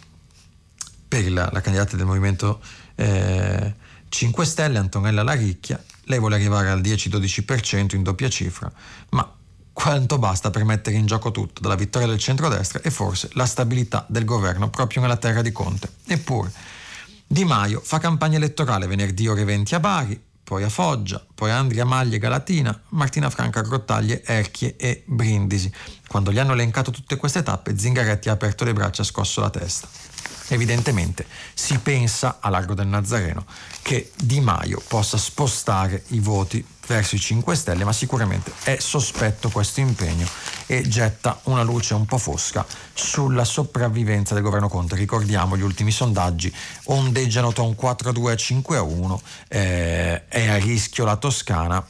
per la, la candidata del Movimento eh, cinque Stelle, Antonella Laricchia. Lei vuole arrivare al dieci-dodici per cento in doppia cifra, ma quanto basta per mettere in gioco tutto, dalla vittoria del centrodestra e forse la stabilità del governo proprio nella terra di Conte. Eppure Di Maio fa campagna elettorale venerdì ore venti a Bari, poi a Foggia, poi a Andria Maglie Galatina, Martina Franca Grottaglie, Erchie e Brindisi. Quando gli hanno elencato tutte queste tappe, Zingaretti ha aperto le braccia e ha scosso la testa. Evidentemente si pensa a Largo del Nazareno che Di Maio possa spostare i voti verso i cinque Stelle, ma sicuramente è sospetto questo impegno e getta una luce un po' fosca sulla sopravvivenza del governo Conte. Ricordiamo gli ultimi sondaggi ondeggiano tra un quattro a due e cinque a uno, eh, è a rischio la Toscana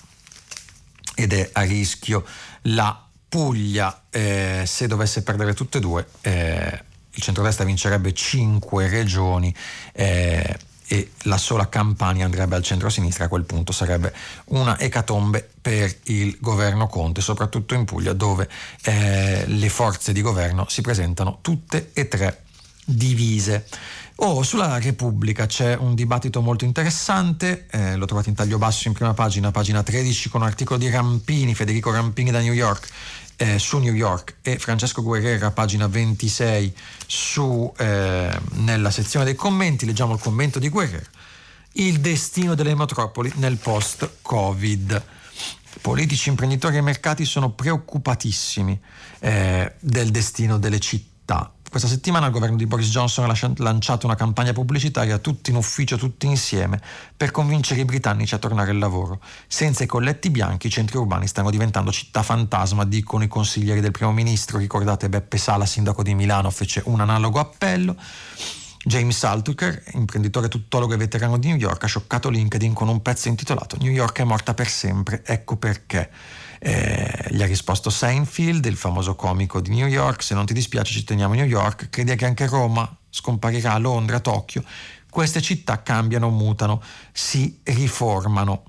ed è a rischio la Puglia. Eh, se dovesse perdere tutte e due, eh, il centrodestra vincerebbe cinque regioni eh, e la sola Campania andrebbe al centro-sinistra. A quel punto sarebbe una ecatombe per il governo Conte, soprattutto in Puglia, dove eh, le forze di governo si presentano tutte e tre divise. Oh, sulla Repubblica c'è un dibattito molto interessante, eh, lo trovate in taglio basso in prima pagina, pagina tredici, con un articolo di Rampini, Federico Rampini da New York, Eh, su New York, e Francesco Guerrera, pagina ventisei, su, eh, nella sezione dei commenti. Leggiamo il commento di Guerrera: il destino delle metropoli nel post-Covid. Politici, imprenditori e mercati sono preoccupatissimi eh, del destino delle città. Questa settimana il governo di Boris Johnson ha lanciato una campagna pubblicitaria tutti in ufficio, tutti insieme, per convincere i britannici a tornare al lavoro. Senza i colletti bianchi i centri urbani stanno diventando città fantasma, dicono i consiglieri del primo ministro. Ricordate Beppe Sala, sindaco di Milano, fece un analogo appello. James Altucher, imprenditore tuttologo e veterano di New York, ha scioccato LinkedIn con un pezzo intitolato "New York è morta per sempre, ecco perché". Eh, gli ha risposto Seinfeld, il famoso comico di New York: se non ti dispiace ci teniamo New York, credi che anche Roma scomparirà, Londra, Tokyo? Queste città cambiano, mutano, si riformano.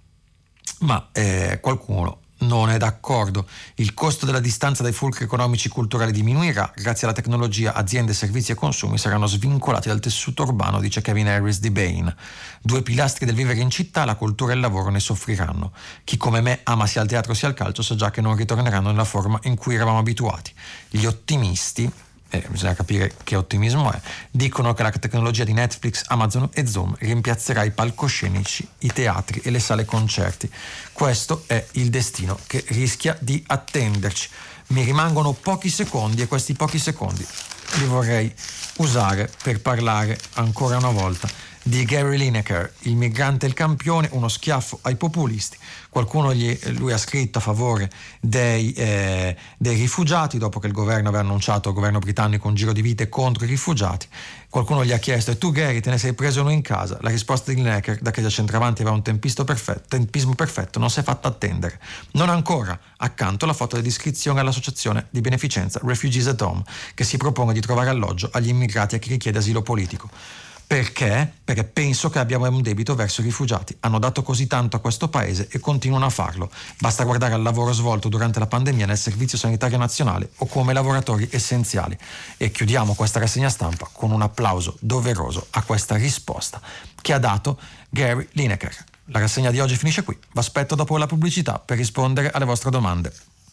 Ma eh, qualcuno non è d'accordo. Il costo della distanza dai fulcri economici e culturali diminuirà. Grazie alla tecnologia, aziende, servizi e consumi saranno svincolati dal tessuto urbano, dice Kevin Harris di Bain. Due pilastri del vivere in città, la cultura e il lavoro, ne soffriranno. Chi come me ama sia il teatro sia il calcio sa già che non ritorneranno nella forma in cui eravamo abituati. Gli ottimisti, eh, bisogna capire che ottimismo è, dicono che la tecnologia di Netflix, Amazon e Zoom rimpiazzerà i palcoscenici, i teatri e le sale concerti. Questo è il destino che rischia di attenderci. Mi rimangono pochi secondi e questi pochi secondi li vorrei usare per parlare ancora una volta di Gary Lineker, il migrante e il campione, uno schiaffo ai populisti. Qualcuno gli, lui ha scritto a favore dei, eh, dei rifugiati, dopo che il governo aveva annunciato, il governo britannico, un giro di vite contro i rifugiati. Qualcuno gli ha chiesto: e tu Gary te ne sei preso uno in casa? La risposta di Lineker, da che da centravanti aveva un tempisto perfetto, tempismo perfetto, non si è fatto attendere. Non ancora. Accanto la foto di iscrizione all'associazione di beneficenza Refugees at Home, che si propone di trovare alloggio agli immigrati e a chi richiede asilo politico. Perché? Perché penso che abbiamo un debito verso i rifugiati. Hanno dato così tanto a questo paese e continuano a farlo. Basta guardare al lavoro svolto durante la pandemia nel Servizio Sanitario Nazionale o come lavoratori essenziali. E chiudiamo questa rassegna stampa con un applauso doveroso a questa risposta che ha dato Gary Lineker. La rassegna di oggi finisce qui. Vi aspetto dopo la pubblicità per rispondere alle vostre domande.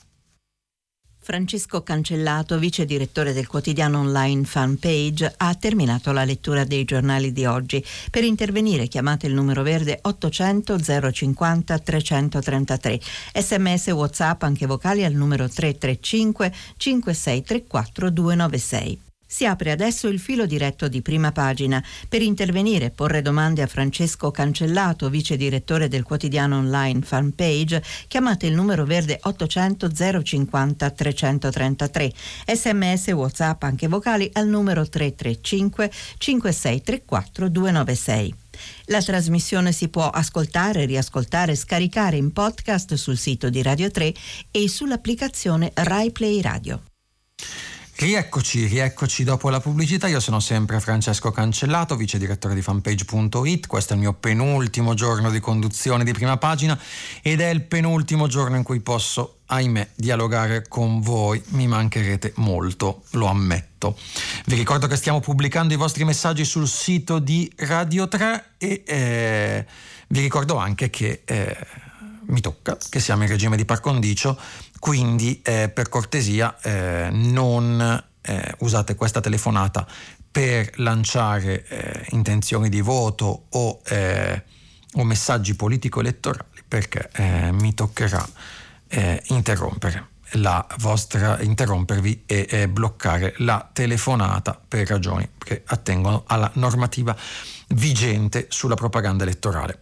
Francesco Cancellato, vice direttore del quotidiano online Fanpage, ha terminato la lettura dei giornali di oggi. Per intervenire chiamate il numero verde ottocento zero cinquanta trecentotrentatré. Sms WhatsApp anche vocali al numero tre tre cinque cinque sei tre quattro due nove sei. Si apre adesso il filo diretto di Prima Pagina. Per intervenire e porre domande a Francesco Cancellato, vice direttore del quotidiano online Fanpage, chiamate il numero verde ottocento zero cinquanta trecentotrentatré. Sms WhatsApp anche vocali al numero tre tre cinque cinque sei tre quattro due nove sei. La trasmissione si può ascoltare, riascoltare, scaricare in podcast sul sito di Radio tre e sull'applicazione Rai Play Radio. Rieccoci, rieccoci dopo la pubblicità. Io sono sempre Francesco Cancellato, vice direttore di fanpage punto it. Questo è il mio penultimo giorno di conduzione di Prima Pagina ed è il penultimo giorno in cui posso, ahimè, dialogare con voi. Mi mancherete molto, lo ammetto. Vi ricordo che stiamo pubblicando i vostri messaggi sul sito di Radio tre e eh, vi ricordo anche che eh, mi tocca, che siamo in regime di par condicio, quindi eh, per cortesia eh, non eh, usate questa telefonata per lanciare eh, intenzioni di voto o, eh, o messaggi politico-elettorali, perché eh, mi toccherà eh, interrompere la vostra interrompervi e eh, bloccare la telefonata per ragioni che attengono alla normativa vigente sulla propaganda elettorale.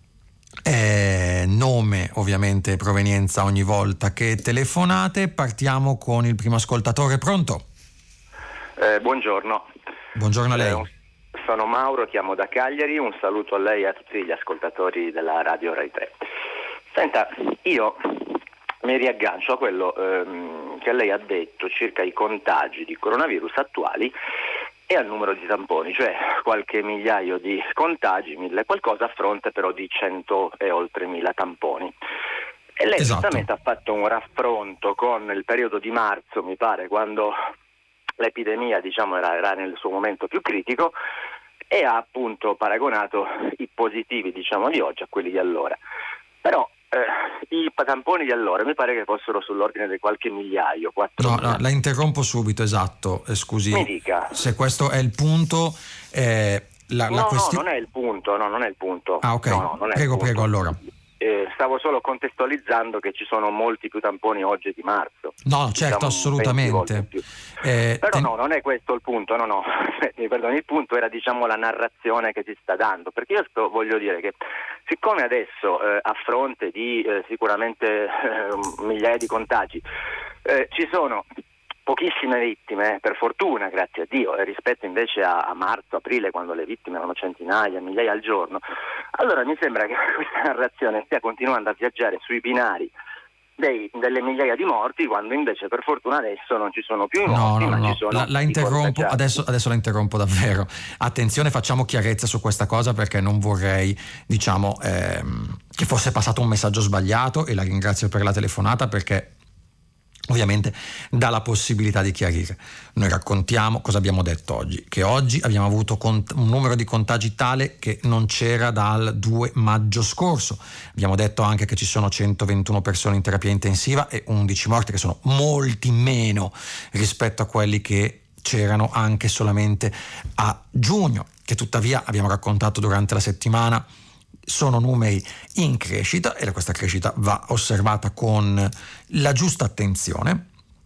Eh, nome, ovviamente, provenienza ogni volta che telefonate. Partiamo con il primo ascoltatore. Pronto? Eh, buongiorno. Buongiorno a lei. Eh, sono Mauro, chiamo da Cagliari. Un saluto a lei e a tutti gli ascoltatori della Radio Rai tre. Senta, io mi riaggancio a quello ehm, che lei ha detto circa i contagi di coronavirus attuali e al numero di tamponi, cioè qualche migliaio di contagi, mille qualcosa, a fronte però di cento e oltre mila tamponi. E lei Esatto. giustamente ha fatto un raffronto con il periodo di marzo, mi pare, quando l'epidemia, diciamo, era, era nel suo momento più critico, e ha appunto paragonato i positivi, diciamo, di oggi a quelli di allora. Però Eh, i tamponi di allora mi pare che fossero sull'ordine di qualche migliaio, no, no, la interrompo subito, esatto, eh, scusi, mi dica. Se questo è il punto, eh, la, no, la questione... no, non è il punto, no, non è il punto. Ah, ok, no, no, non è prego, il punto. prego, allora. Eh, stavo solo contestualizzando che ci sono molti più tamponi oggi di marzo. No, certo, diciamo assolutamente. Eh, Però ten... no, non è questo il punto, no, no. Mi perdoni, il punto era, diciamo, la narrazione che si sta dando, perché io sto, voglio dire che siccome adesso eh, a fronte di eh, sicuramente eh, migliaia di contagi eh, ci sono pochissime vittime, per fortuna, grazie a Dio, e rispetto invece a, a marzo, aprile, quando le vittime erano centinaia, migliaia al giorno, allora mi sembra che questa narrazione stia continuando a viaggiare sui binari dei, delle migliaia di morti, quando invece per fortuna adesso non ci sono più i morti, no, no, ma no. ci sono la, la interrompo, adesso, adesso la interrompo davvero. Attenzione, facciamo chiarezza su questa cosa, perché non vorrei, diciamo, ehm, che fosse passato un messaggio sbagliato, e la ringrazio per la telefonata, perché ovviamente dà la possibilità di chiarire. Noi raccontiamo cosa abbiamo detto oggi, che oggi abbiamo avuto cont- un numero di contagi tale che non c'era dal due maggio scorso. Abbiamo detto anche che ci sono centoventuno persone in terapia intensiva e undici morti, che sono molti meno rispetto a quelli che c'erano anche solamente a giugno, che tuttavia abbiamo raccontato durante la settimana sono numeri in crescita, e questa crescita va osservata con la giusta attenzione,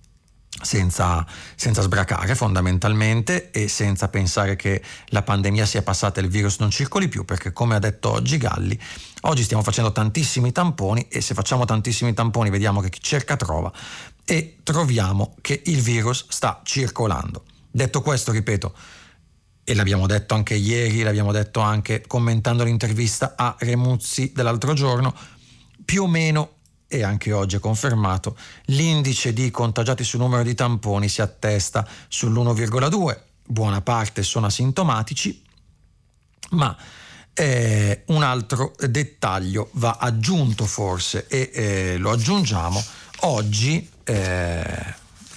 senza, senza sbracare fondamentalmente, e senza pensare che la pandemia sia passata e il virus non circoli più, perché, come ha detto oggi Galli, oggi stiamo facendo tantissimi tamponi, e se facciamo tantissimi tamponi vediamo che chi cerca trova, e troviamo che il virus sta circolando. Detto questo, ripeto, e l'abbiamo detto anche ieri, l'abbiamo detto anche commentando l'intervista a Remuzzi dell'altro giorno, più o meno, e anche oggi è confermato, l'indice di contagiati sul numero di tamponi si attesta sull'uno virgola due, buona parte sono asintomatici, ma eh, un altro dettaglio va aggiunto forse, e eh, lo aggiungiamo oggi. Eh,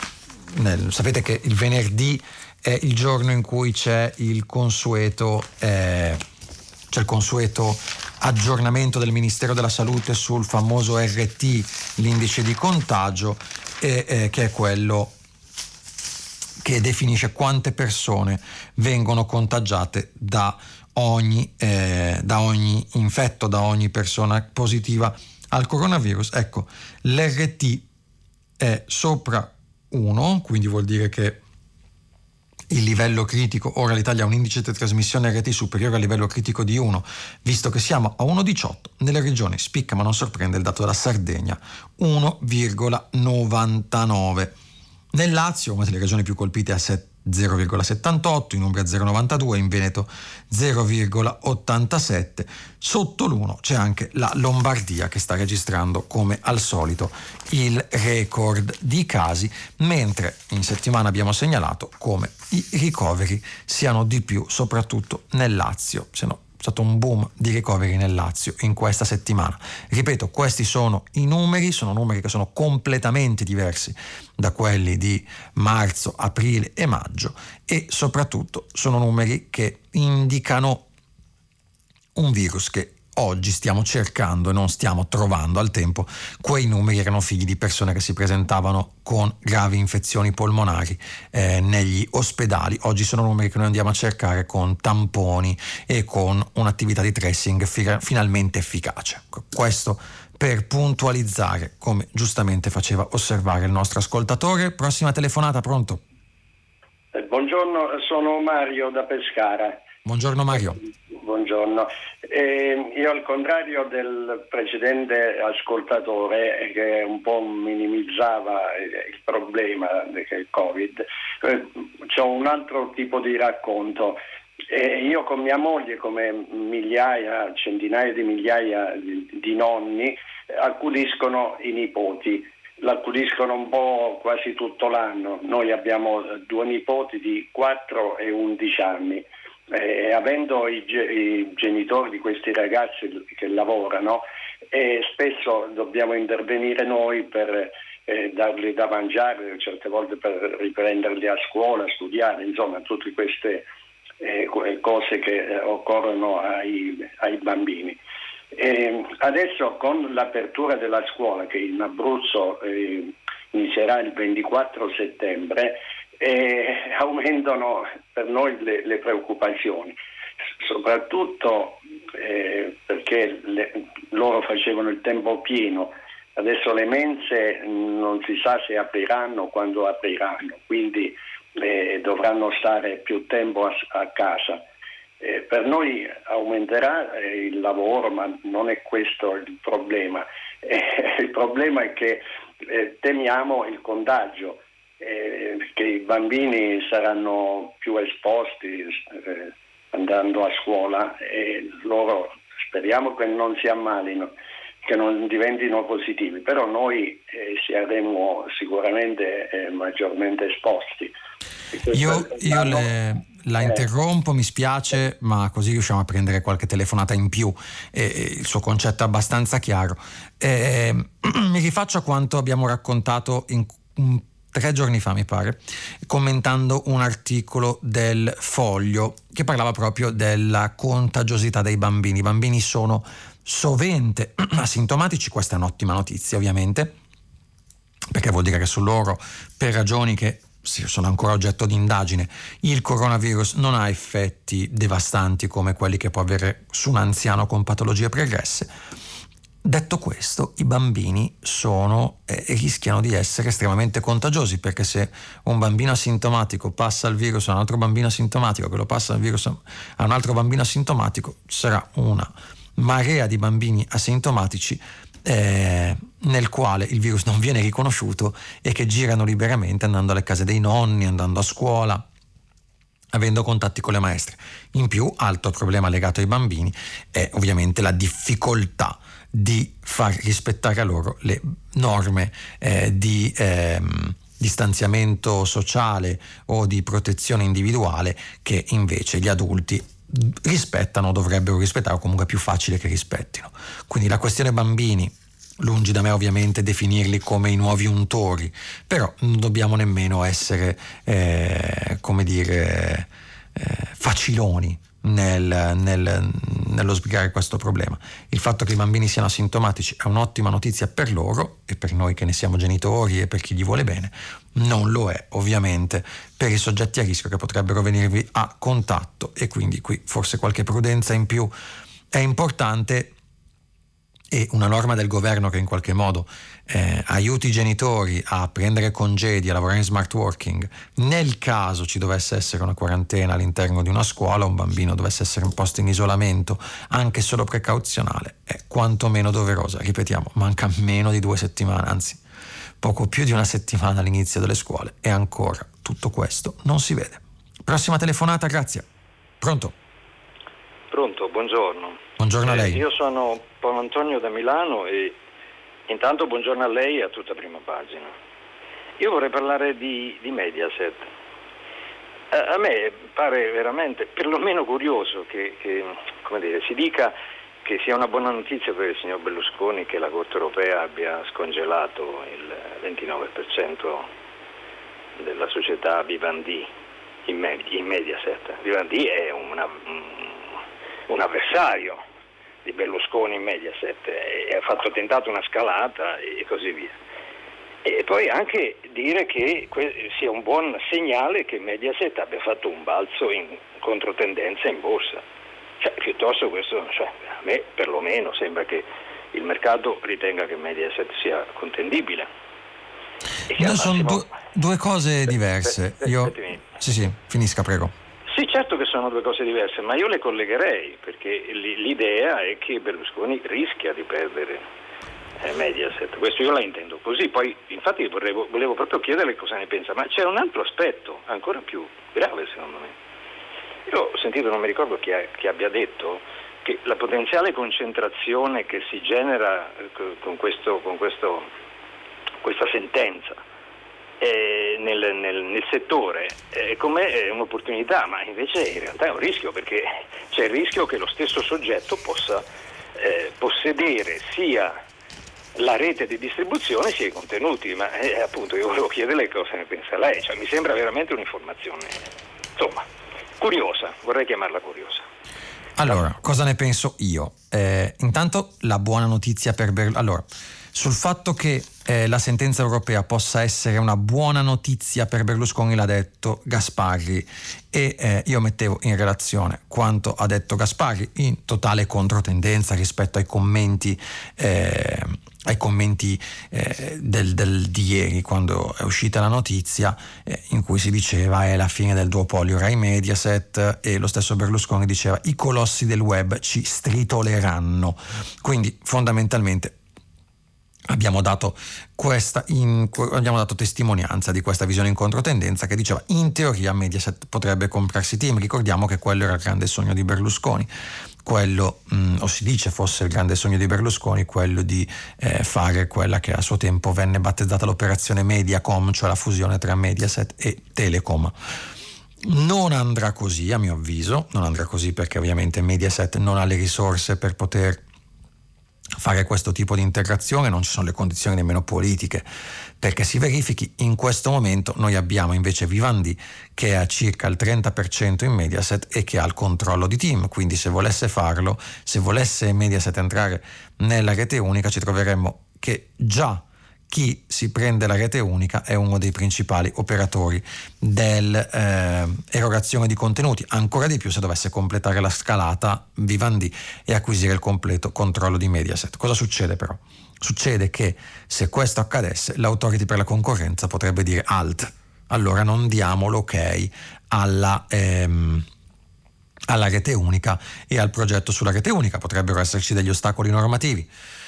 nel, sapete che il venerdì è il giorno in cui c'è il consueto eh, c'è il consueto aggiornamento del Ministero della Salute sul famoso R T, l'indice di contagio, e, eh, che è quello che definisce quante persone vengono contagiate da ogni, eh, da ogni infetto, da ogni persona positiva al coronavirus. Ecco, l'R T è sopra uno, quindi vuol dire che il livello critico, ora l'Italia ha un indice di trasmissione R T superiore al livello critico di uno, visto che siamo a uno virgola diciotto, nelle regioni spicca ma non sorprende il dato della Sardegna, uno virgola novantanove. Nel Lazio, una delle regioni più colpite, a zero virgola settantotto, in Umbria zero virgola novantadue, in Veneto zero virgola ottantasette. Sotto l'uno c'è anche la Lombardia, che sta registrando come al solito il record di casi, mentre in settimana abbiamo segnalato come i ricoveri siano di più soprattutto nel Lazio. Se no, è stato un boom di ricoveri nel Lazio in questa settimana. Ripeto, questi sono i numeri, sono numeri che sono completamente diversi da quelli di marzo, aprile e maggio, e soprattutto sono numeri che indicano un virus che oggi stiamo cercando e non stiamo trovando. Al tempo quei numeri erano figli di persone che si presentavano con gravi infezioni polmonari eh, negli ospedali. Oggi sono numeri che noi andiamo a cercare con tamponi e con un'attività di tracing fi- finalmente efficace. Questo per puntualizzare, come giustamente faceva osservare il nostro ascoltatore. Prossima telefonata, pronto? Eh, buongiorno, sono Mario da Pescara. Buongiorno Mario. Buongiorno. Eh, io, al contrario del precedente ascoltatore che un po' minimizzava il problema del Covid, eh, c'ho un altro tipo di racconto. Eh, io con mia moglie, come migliaia, centinaia di migliaia di, di nonni, accudiscono i nipoti. L'accudiscono un po' quasi tutto l'anno. Noi abbiamo due nipoti di quattro e undici anni. Eh, avendo i, i genitori di questi ragazzi che lavorano, eh, spesso dobbiamo intervenire noi per eh, darli da mangiare, certe volte per riprenderli a scuola, a studiare, insomma tutte queste eh, cose che eh, occorrono ai, ai bambini. Eh, adesso, con l'apertura della scuola, che in Abruzzo eh, inizierà il ventiquattro settembre, e aumentano per noi le, le preoccupazioni, soprattutto eh, perché le, loro facevano il tempo pieno. Adesso le mense non si sa se apriranno, quando apriranno, quindi eh, dovranno stare più tempo a, a casa. Eh, per noi aumenterà eh, il lavoro, ma non è questo il problema. Eh, il problema è che eh, temiamo il contagio. Eh, che i bambini saranno più esposti eh, andando a scuola, e loro speriamo che non si ammalino, che non diventino positivi, però noi eh, saremo sicuramente eh, maggiormente esposti. Io, io le, la interrompo, mi spiace, ma così riusciamo a prendere qualche telefonata in più. Eh, il suo concetto è abbastanza chiaro. Eh, mi rifaccio a quanto abbiamo raccontato in un tre giorni fa, mi pare, commentando un articolo del Foglio che parlava proprio della contagiosità dei bambini. I bambini sono sovente asintomatici, questa è un'ottima notizia ovviamente, perché vuol dire che su loro, per ragioni che sono ancora oggetto di indagine, il coronavirus non ha effetti devastanti come quelli che può avere su un anziano con patologie pregresse. Detto questo, i bambini sono e eh, rischiano di essere estremamente contagiosi, perché se un bambino asintomatico passa il virus a un altro bambino asintomatico, che lo passa il virus a un altro bambino asintomatico, sarà una marea di bambini asintomatici eh, nel quale il virus non viene riconosciuto e che girano liberamente andando alle case dei nonni, andando a scuola, avendo contatti con le maestre. In più, altro problema legato ai bambini è ovviamente la difficoltà di far rispettare a loro le norme eh, di ehm, distanziamento sociale o di protezione individuale, che invece gli adulti rispettano, dovrebbero rispettare, o comunque è più facile che rispettino. Quindi la questione bambini, lungi da me ovviamente definirli come i nuovi untori, però non dobbiamo nemmeno essere eh, come dire eh, faciloni nel, nel, nello sbrigare questo problema. Il fatto che i bambini siano asintomatici è un'ottima notizia per loro e per noi che ne siamo genitori e per chi gli vuole bene. Non lo è ovviamente per i soggetti a rischio che potrebbero venirvi a contatto, e quindi qui forse qualche prudenza in più è importante, e una norma del governo che in qualche modo eh, aiuti i genitori a prendere congedi, a lavorare in smart working nel caso ci dovesse essere una quarantena all'interno di una scuola, un bambino dovesse essere posto in isolamento, anche solo precauzionale, è quantomeno doverosa. Ripetiamo, manca meno di due settimane, anzi poco più di una settimana all'inizio delle scuole, e ancora tutto questo non si vede. Prossima telefonata, grazie. Pronto? Pronto, buongiorno. Buongiorno a lei. Eh, io sono Paolo Antonio da Milano e intanto buongiorno a lei e a tutta Prima Pagina. Io vorrei parlare di, di Mediaset. Eh, a me pare veramente perlomeno curioso che, che come dire, si dica che sia una buona notizia per il signor Berlusconi che la Corte Europea abbia scongelato il ventinove per cento della società Vivendi in, Med- in Mediaset. Vivendi è una, un avversario di Berlusconi in Mediaset e ha fatto tentato una scalata e così via. E poi anche dire che que- sia un buon segnale che Mediaset abbia fatto un balzo in controtendenza in borsa. Cioè, piuttosto questo, cioè, a me perlomeno sembra che il mercato ritenga che Mediaset sia contendibile. No, sono due, due cose diverse. Io... Sì, sì, finisca, prego. Sì, certo che sono due cose diverse, ma io le collegherei, perché l'idea è che Berlusconi rischia di perdere eh, Mediaset. Questo io la intendo così. Poi, infatti, volevo, volevo proprio chiederle cosa ne pensa, ma c'è un altro aspetto ancora più grave, secondo me. Io ho sentito, non mi ricordo chi, è, chi abbia detto, che la potenziale concentrazione che si genera con, questo, con questo, questa sentenza eh, nel, nel, nel settore è come un'opportunità, ma invece in realtà è un rischio, perché c'è il rischio che lo stesso soggetto possa eh, possedere sia la rete di distribuzione sia i contenuti, ma eh, appunto io volevo chiederle cosa ne pensa lei, cioè mi sembra veramente un'informazione, insomma, curiosa, vorrei chiamarla curiosa. Allora, cosa ne penso io? Eh, intanto la buona notizia per Berlusconi. Allora, sul fatto che eh, la sentenza europea possa essere una buona notizia per Berlusconi l'ha detto Gasparri e eh, io mettevo in relazione quanto ha detto Gasparri in totale controtendenza rispetto ai commenti eh, ai commenti eh, del, del, di ieri, quando è uscita la notizia eh, in cui si diceva è la fine del duopolio Rai Mediaset, e lo stesso Berlusconi diceva i colossi del web ci stritoleranno. Quindi fondamentalmente abbiamo dato questa in, abbiamo dato testimonianza di questa visione in controtendenza che diceva in teoria Mediaset potrebbe comprarsi Team. Ricordiamo che quello era il grande sogno di Berlusconi, quello mh, o si dice fosse il grande sogno di Berlusconi, quello di eh, fare quella che a suo tempo venne battezzata l'operazione Mediacom, cioè la fusione tra Mediaset e Telecom. Non andrà così, a mio avviso, non andrà così perché ovviamente Mediaset non ha le risorse per poter fare questo tipo di integrazione, non ci sono le condizioni nemmeno politiche perché si verifichi. In questo momento noi abbiamo invece Vivendi che ha circa il trenta per cento in Mediaset e che ha il controllo di Team, quindi se volesse farlo, se volesse Mediaset entrare nella rete unica, ci troveremmo che già chi si prende la rete unica è uno dei principali operatori dell'erogazione eh, di contenuti, ancora di più se dovesse completare la scalata Vivendi e acquisire il completo controllo di Mediaset. Cosa succede però? Succede che se questo accadesse l'Authority per la concorrenza potrebbe dire alt, allora non diamo l'ok alla ehm, alla rete unica e al progetto sulla rete unica, potrebbero esserci degli ostacoli normativi.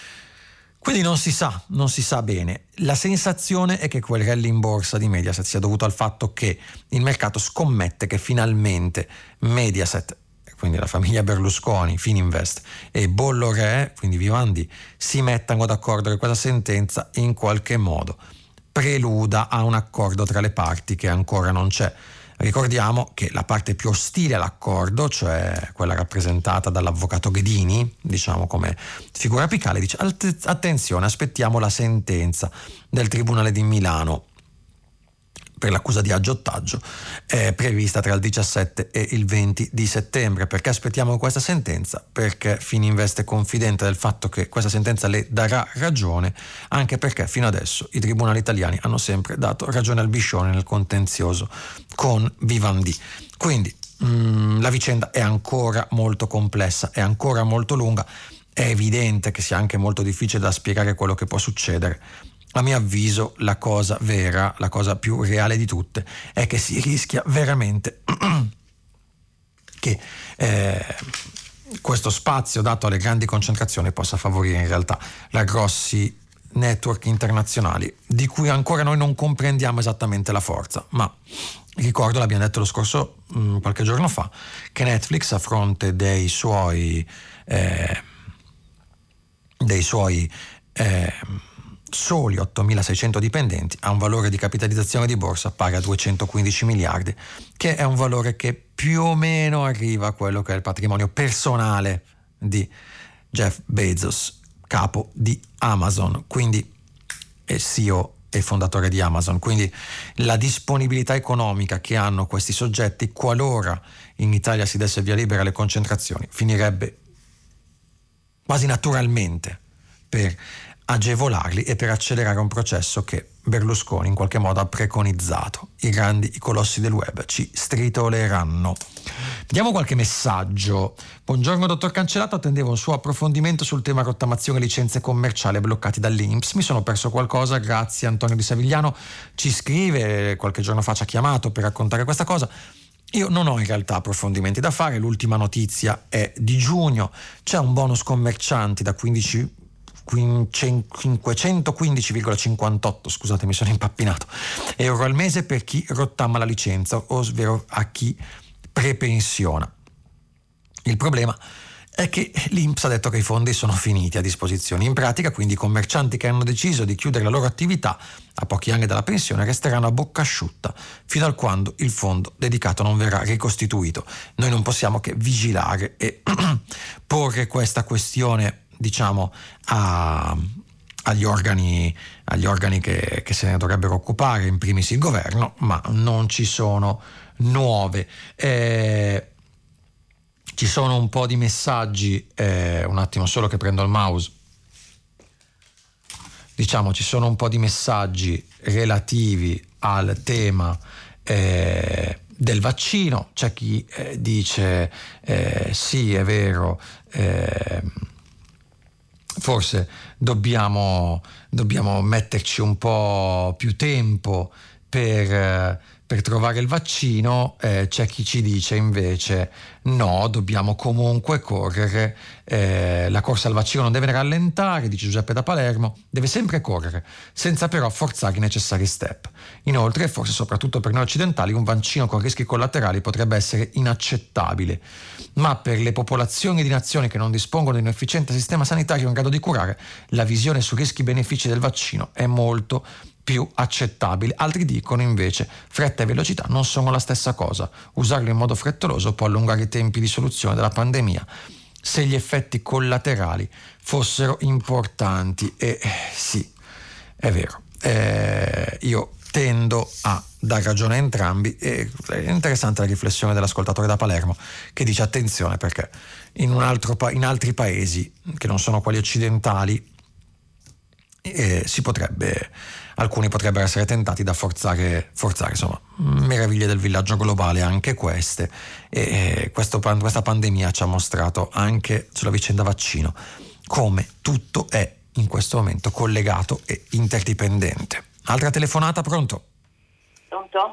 Quindi non si sa, non si sa bene. La sensazione è che quel rally in borsa di Mediaset sia dovuto al fatto che il mercato scommette che finalmente Mediaset, quindi la famiglia Berlusconi, Fininvest e Bolloré, quindi Vivendi, si mettano d'accordo che questa sentenza in qualche modo preluda a un accordo tra le parti che ancora non c'è. Ricordiamo che la parte più ostile all'accordo, cioè quella rappresentata dall'avvocato Ghedini, diciamo come figura apicale, dice attenzione, aspettiamo la sentenza del Tribunale di Milano per l'accusa di aggiottaggio è prevista tra il diciassette e il venti di settembre. Perché aspettiamo questa sentenza? Perché Fininvest è confidente del fatto che questa sentenza le darà ragione, anche perché fino adesso i tribunali italiani hanno sempre dato ragione al Biscione nel contenzioso con Vivendi. Quindi mh, la vicenda è ancora molto complessa, è ancora molto lunga, è evidente che sia anche molto difficile da spiegare quello che può succedere. A mio avviso la cosa vera, la cosa più reale di tutte è che si rischia veramente che eh, questo spazio dato alle grandi concentrazioni possa favorire in realtà la grossi network internazionali di cui ancora noi non comprendiamo esattamente la forza, ma ricordo, l'abbiamo detto lo scorso mh, qualche giorno fa, che Netflix, a fronte dei suoi eh, dei suoi eh, soli ottomilaseicento dipendenti, ha un valore di capitalizzazione di borsa pari a duecentoquindici miliardi, che è un valore che più o meno arriva a quello che è il patrimonio personale di Jeff Bezos, capo di Amazon, quindi è C E O e fondatore di Amazon. Quindi la disponibilità economica che hanno questi soggetti, qualora in Italia si desse via libera alle concentrazioni, finirebbe quasi naturalmente per agevolarli e per accelerare un processo che Berlusconi in qualche modo ha preconizzato. I grandi, i colossi del web ci stritoleranno. Vediamo qualche messaggio. Buongiorno dottor Cancellato, attendevo un suo approfondimento sul tema rottamazione e licenze commerciali bloccati dall'I N P S. Mi sono perso qualcosa, grazie. Antonio di Savigliano ci scrive, qualche giorno fa ci ha chiamato per raccontare questa cosa. Io non ho in realtà approfondimenti da fare, l'ultima notizia è di giugno, c'è un bonus commercianti da quindici cinquecentoquindici virgola cinquantotto, scusate mi sono impappinato, euro al mese per chi rottama la licenza, ovvero a chi prepensiona. Il problema è che l'I N P S ha detto che i fondi sono finiti a disposizione. In pratica, quindi, i commercianti che hanno deciso di chiudere la loro attività a pochi anni dalla pensione resteranno a bocca asciutta fino a quando il fondo dedicato non verrà ricostituito. Noi non possiamo che vigilare e porre questa questione, diciamo, a, agli organi, agli organi che, che se ne dovrebbero occupare, in primis il governo, ma non ci sono nuove. Eh, ci sono un po' di messaggi, eh, un attimo solo che prendo il mouse. Diciamo, ci sono un po' di messaggi relativi al tema eh, del vaccino. C'è chi eh, dice eh, sì, è vero, eh, forse dobbiamo, dobbiamo metterci un po' più tempo per, per trovare il vaccino. Eh, c'è chi ci dice invece no, dobbiamo comunque correre, eh, la corsa al vaccino non deve rallentare, dice Giuseppe da Palermo, deve sempre correre, senza però forzare i necessari step. Inoltre, forse soprattutto per noi occidentali, un vaccino con rischi collaterali potrebbe essere inaccettabile, ma per le popolazioni di nazioni che non dispongono di un efficiente sistema sanitario in grado di curare, la visione su rischi-benefici del vaccino è molto più accettabile. Altri dicono invece fretta e velocità non sono la stessa cosa, usarlo in modo frettoloso può allungare i tempi di soluzione della pandemia se gli effetti collaterali fossero importanti. E eh, sì, è vero, eh, io tendo a dar ragione a entrambi. E è interessante la riflessione dell'ascoltatore da Palermo che dice attenzione perché in, un altro pa- in altri paesi che non sono quelli occidentali eh, si potrebbe alcuni potrebbero essere tentati da forzare, forzare insomma, meraviglie del villaggio globale, anche queste. E questo, questa pandemia ci ha mostrato anche sulla vicenda vaccino come tutto è in questo momento collegato e interdipendente. Altra telefonata, pronto? Pronto? Pronto,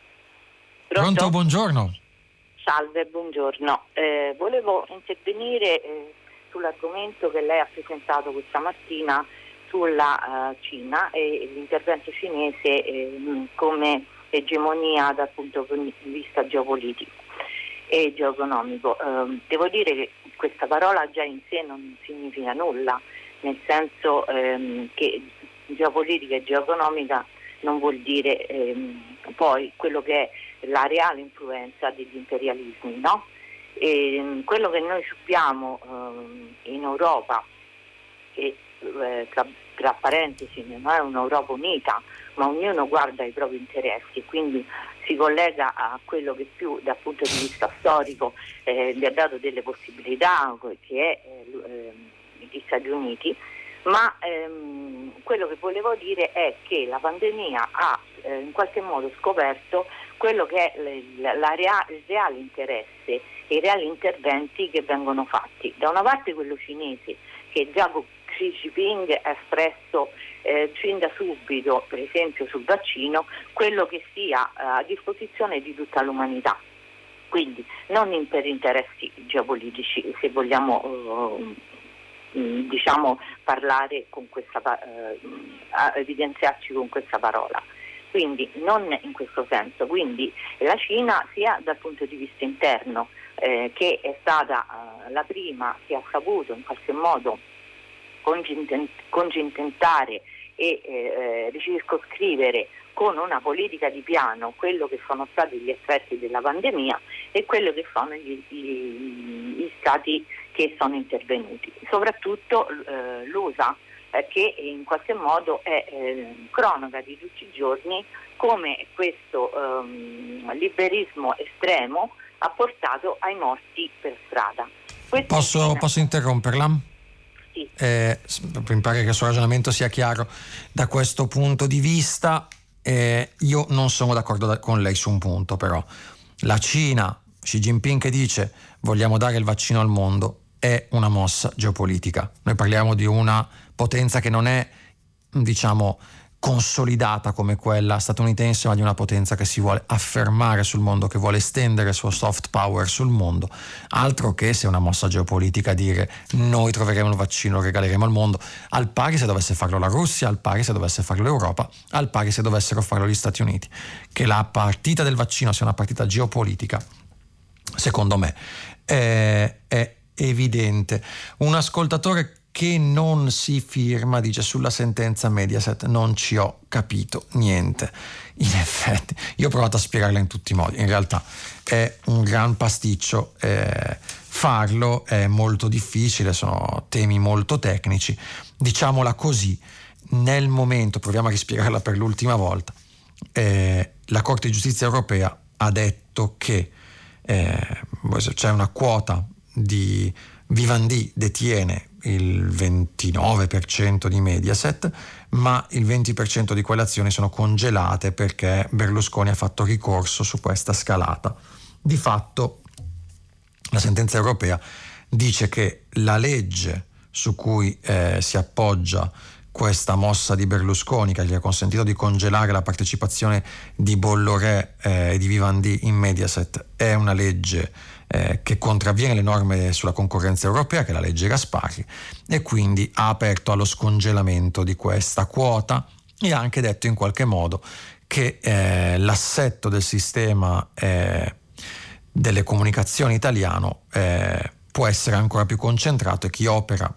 pronto buongiorno. Salve, buongiorno. Eh, volevo intervenire eh, sull'argomento che lei ha presentato questa mattina sulla uh, Cina e l'intervento cinese eh, come egemonia dal punto di vista geopolitico e geoeconomico. Uh, devo dire che questa parola già in sé non significa nulla, nel senso ehm, che geopolitica e geoeconomica non vuol dire ehm, poi quello che è la reale influenza degli imperialismi, no? E, quello che noi subiamo ehm, in Europa, che eh, tra, tra parentesi non è un'Europa unita, ma ognuno guarda i propri interessi e quindi si collega a quello che più dal punto di vista storico eh, gli ha dato delle possibilità, che è eh, gli Stati Uniti. Ma ehm, quello che volevo dire è che la pandemia ha eh, in qualche modo scoperto quello che è le, la rea- il reale interesse e i reali interventi che vengono fatti. Da una parte quello cinese, che già con Xi Jinping ha espresso eh, fin da subito, per esempio sul vaccino, quello che sia eh, a disposizione di tutta l'umanità. Quindi non in per interessi geopolitici, se vogliamo eh, diciamo parlare con questa eh, evidenziarci con questa parola. Quindi non in questo senso, quindi la Cina sia dal punto di vista interno, eh, che è stata eh, la prima che ha saputo in qualche modo congiuntare e eh, ricircoscrivere con una politica di piano quello che sono stati gli effetti della pandemia e quello che sono gli, gli, gli stati che sono intervenuti. Soprattutto eh, l'U S A, eh, che in qualche modo è eh, cronaca di tutti i giorni come questo ehm, liberismo estremo ha portato ai morti per strada. Posso, posso interromperla? Sì. Eh, mi pare che il suo ragionamento sia chiaro. Da questo punto di vista eh, io non sono d'accordo da, con lei su un punto, però la Cina, Xi Jinping che dice vogliamo dare il vaccino al mondo, è una mossa geopolitica. Noi parliamo di una potenza che non è, diciamo, consolidata come quella statunitense, ma di una potenza che si vuole affermare sul mondo, che vuole estendere il suo soft power sul mondo. Altro che se è una mossa geopolitica dire noi troveremo il vaccino, lo regaleremo al mondo, al pari se dovesse farlo la Russia, al pari se dovesse farlo l'Europa, al pari se dovessero farlo gli Stati Uniti. Che la partita del vaccino sia una partita geopolitica, secondo me è, è evidente. Un ascoltatore che non si firma dice: sulla sentenza Mediaset non ci ho capito niente. In effetti io ho provato a spiegarla in tutti i modi, in realtà è un gran pasticcio, eh, farlo è molto difficile, sono temi molto tecnici, diciamola così. Nel momento, proviamo a rispiegarla per l'ultima volta, eh, la Corte di Giustizia Europea ha detto che eh, c'è una quota di Vivendi, detiene il ventinove per cento di Mediaset, ma il venti per cento di quelle azioni sono congelate perché Berlusconi ha fatto ricorso su questa scalata. Di fatto la sentenza europea dice che la legge su cui eh, si appoggia questa mossa di Berlusconi, che gli ha consentito di congelare la partecipazione di Bolloré e eh, di Vivendi in Mediaset, è una legge eh, che contravviene le norme sulla concorrenza europea, che è la legge Gasparri, e quindi ha aperto allo scongelamento di questa quota e ha anche detto in qualche modo che eh, l'assetto del sistema eh, delle comunicazioni italiano eh, può essere ancora più concentrato e chi opera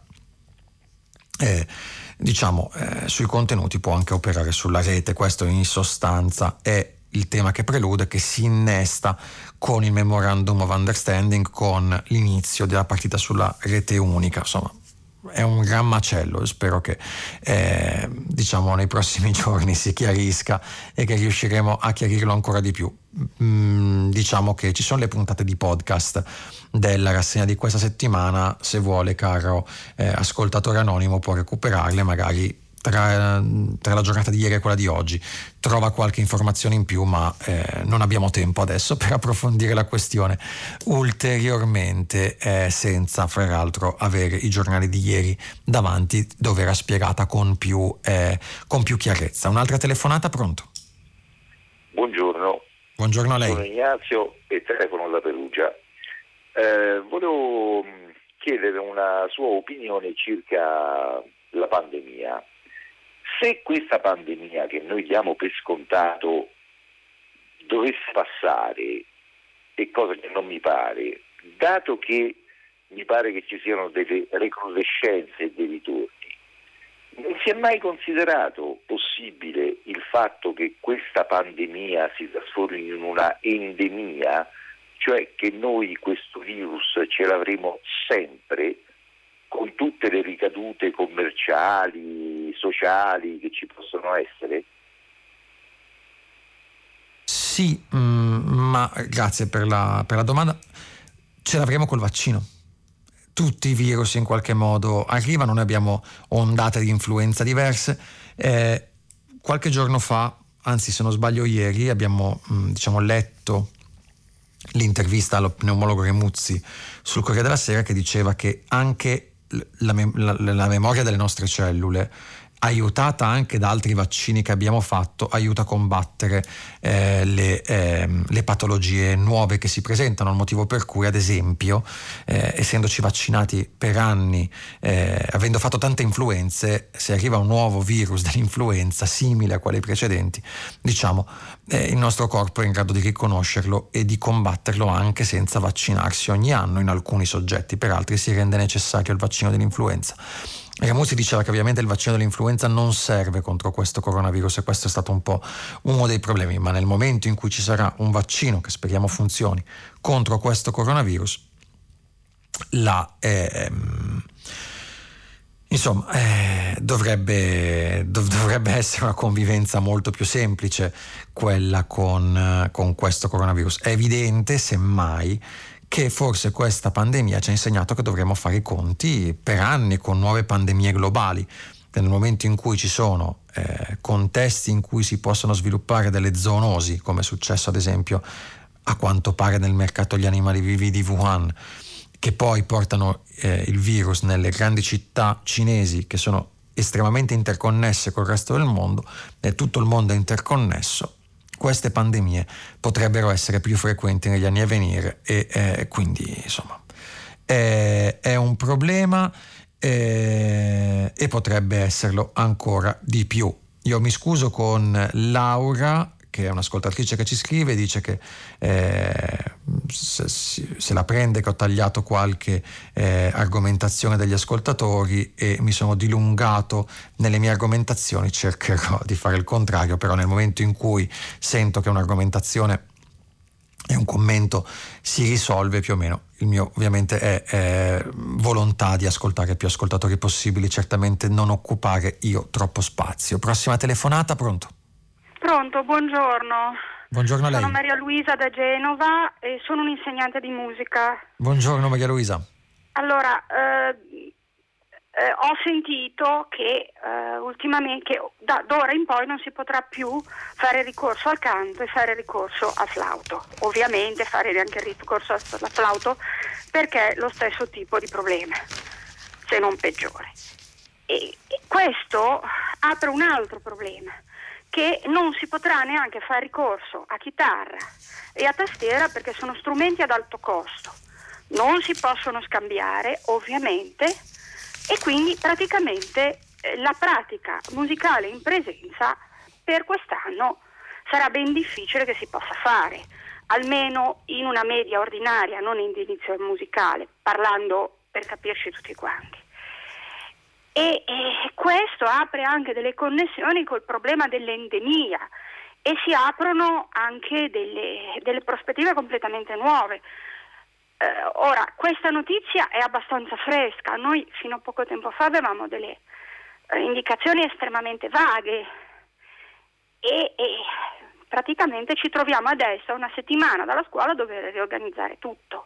eh, diciamo eh, sui contenuti può anche operare sulla rete. Questo in sostanza è il tema che prelude, che si innesta con il Memorandum of Understanding, con l'inizio della partita sulla rete unica. Insomma, è un gran macello. Spero che eh, diciamo nei prossimi giorni si chiarisca e che riusciremo a chiarirlo ancora di più. Mm, diciamo che ci sono le puntate di podcast della rassegna di questa settimana, se vuole, caro eh, ascoltatore anonimo, può recuperarle magari tra, tra la giornata di ieri e quella di oggi. Trova qualche informazione in più, ma eh, non abbiamo tempo adesso per approfondire la questione ulteriormente, eh, senza fra l'altro avere i giornali di ieri davanti, dove era spiegata con più, eh, con più chiarezza. Un'altra telefonata, pronto? Buongiorno. Buongiorno a lei. Sono Ignazio e telefono da Perugia. Eh, volevo chiedere una sua opinione circa la pandemia. Se questa pandemia, che noi diamo per scontato, dovesse passare, e cosa che non mi pare, dato che mi pare che ci siano delle recrudescenze e dei ritorni, non si è mai considerato possibile il fatto che questa pandemia si trasformi in una endemia, cioè che noi questo virus ce l'avremo sempre, con tutte le ricadute commerciali, sociali che ci possono essere? Sì, mm, ma grazie per la, per la domanda. Ce l'avremo col vaccino. Tutti i virus in qualche modo arrivano, noi abbiamo ondate di influenza diverse. Eh, qualche giorno fa, anzi se non sbaglio ieri, abbiamo mh, diciamo letto l'intervista allo pneumologo Remuzzi sul Corriere della Sera, che diceva che anche la, mem- la, la memoria delle nostre cellule aiutata anche da altri vaccini che abbiamo fatto, aiuta a combattere eh, le, eh, le patologie nuove che si presentano, il motivo per cui ad esempio eh, essendoci vaccinati per anni, eh, avendo fatto tante influenze, se arriva un nuovo virus dell'influenza simile a quelli precedenti, diciamo eh, il nostro corpo è in grado di riconoscerlo e di combatterlo anche senza vaccinarsi ogni anno. In alcuni soggetti, per altri si rende necessario il vaccino dell'influenza. Ramuzzi diceva che ovviamente il vaccino dell'influenza non serve contro questo coronavirus e questo è stato un po' uno dei problemi, ma nel momento in cui ci sarà un vaccino che speriamo funzioni contro questo coronavirus, la eh, insomma eh, dovrebbe, dov- dovrebbe essere una convivenza molto più semplice quella con, con questo coronavirus. È evidente semmai che forse questa pandemia ci ha insegnato che dovremo fare i conti per anni con nuove pandemie globali. Nel momento in cui ci sono eh, contesti in cui si possono sviluppare delle zoonosi, come è successo ad esempio a quanto pare nel mercato degli animali vivi di Wuhan, che poi portano eh, il virus nelle grandi città cinesi che sono estremamente interconnesse col resto del mondo, e tutto il mondo è interconnesso, queste pandemie potrebbero essere più frequenti negli anni a venire e eh, quindi insomma è, è un problema eh, e potrebbe esserlo ancora di più. Io mi scuso con Laura, che è un'ascoltatrice che ci scrive, dice che eh, se, se la prende che ho tagliato qualche eh, argomentazione degli ascoltatori e mi sono dilungato nelle mie argomentazioni. Cercherò di fare il contrario, però nel momento in cui sento che un'argomentazione e un commento si risolve più o meno, il mio ovviamente è, è volontà di ascoltare più ascoltatori possibili, certamente non occupare io troppo spazio. Prossima telefonata, pronto? Pronto, buongiorno. Buongiorno a lei. Sono Maria Luisa da Genova e sono un'insegnante di musica. Buongiorno Maria Luisa. Allora, eh, eh, ho sentito che eh, ultimamente, che da d'ora in poi non si potrà più fare ricorso al canto e fare ricorso al flauto. Ovviamente fare anche il ricorso al flauto perché è lo stesso tipo di problema, se non peggiore. E, e questo apre un altro problema, che non si potrà neanche fare ricorso a chitarra e a tastiera perché sono strumenti ad alto costo, non si possono scambiare ovviamente, e quindi praticamente eh, la pratica musicale in presenza per quest'anno sarà ben difficile che si possa fare, almeno in una media ordinaria, non in inizio musicale, parlando per capirci tutti quanti. E, e questo apre anche delle connessioni col problema dell'endemia e si aprono anche delle, delle prospettive completamente nuove. Eh, ora, questa notizia è abbastanza fresca, noi fino a poco tempo fa avevamo delle eh, indicazioni estremamente vaghe e, e praticamente ci troviamo adesso a una settimana dalla scuola a dover riorganizzare tutto.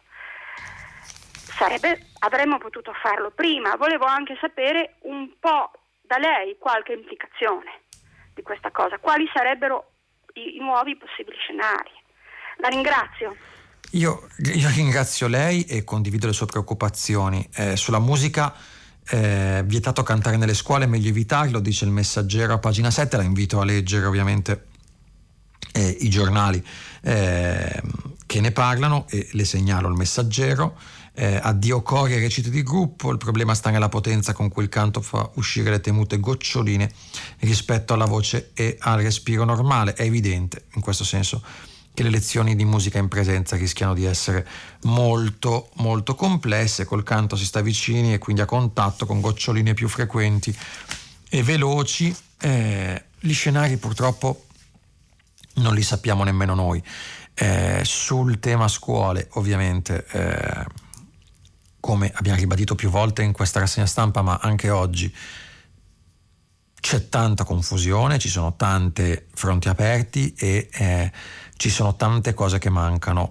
Sarebbe, avremmo potuto farlo prima. Volevo anche sapere un po' da lei qualche implicazione di questa cosa, quali sarebbero i, i nuovi possibili scenari. La ringrazio. Io, io ringrazio lei e condivido le sue preoccupazioni. Eh, sulla musica, eh, vietato cantare nelle scuole, meglio evitarlo, dice il Messaggero a pagina sette. La invito a leggere ovviamente eh, i giornali eh, che ne parlano, e le segnalo il Messaggero. Eh, addio cori e reciti di gruppo, il problema sta nella potenza con cui il canto fa uscire le temute goccioline rispetto alla voce e al respiro normale. È evidente in questo senso che le lezioni di musica in presenza rischiano di essere molto molto complesse, col canto si sta vicini e quindi a contatto con goccioline più frequenti e veloci. Eh, gli scenari purtroppo non li sappiamo nemmeno noi. Eh, sul tema scuole ovviamente eh, come abbiamo ribadito più volte in questa rassegna stampa, ma anche oggi, c'è tanta confusione, ci sono tanti fronti aperti e eh, ci sono tante cose che mancano,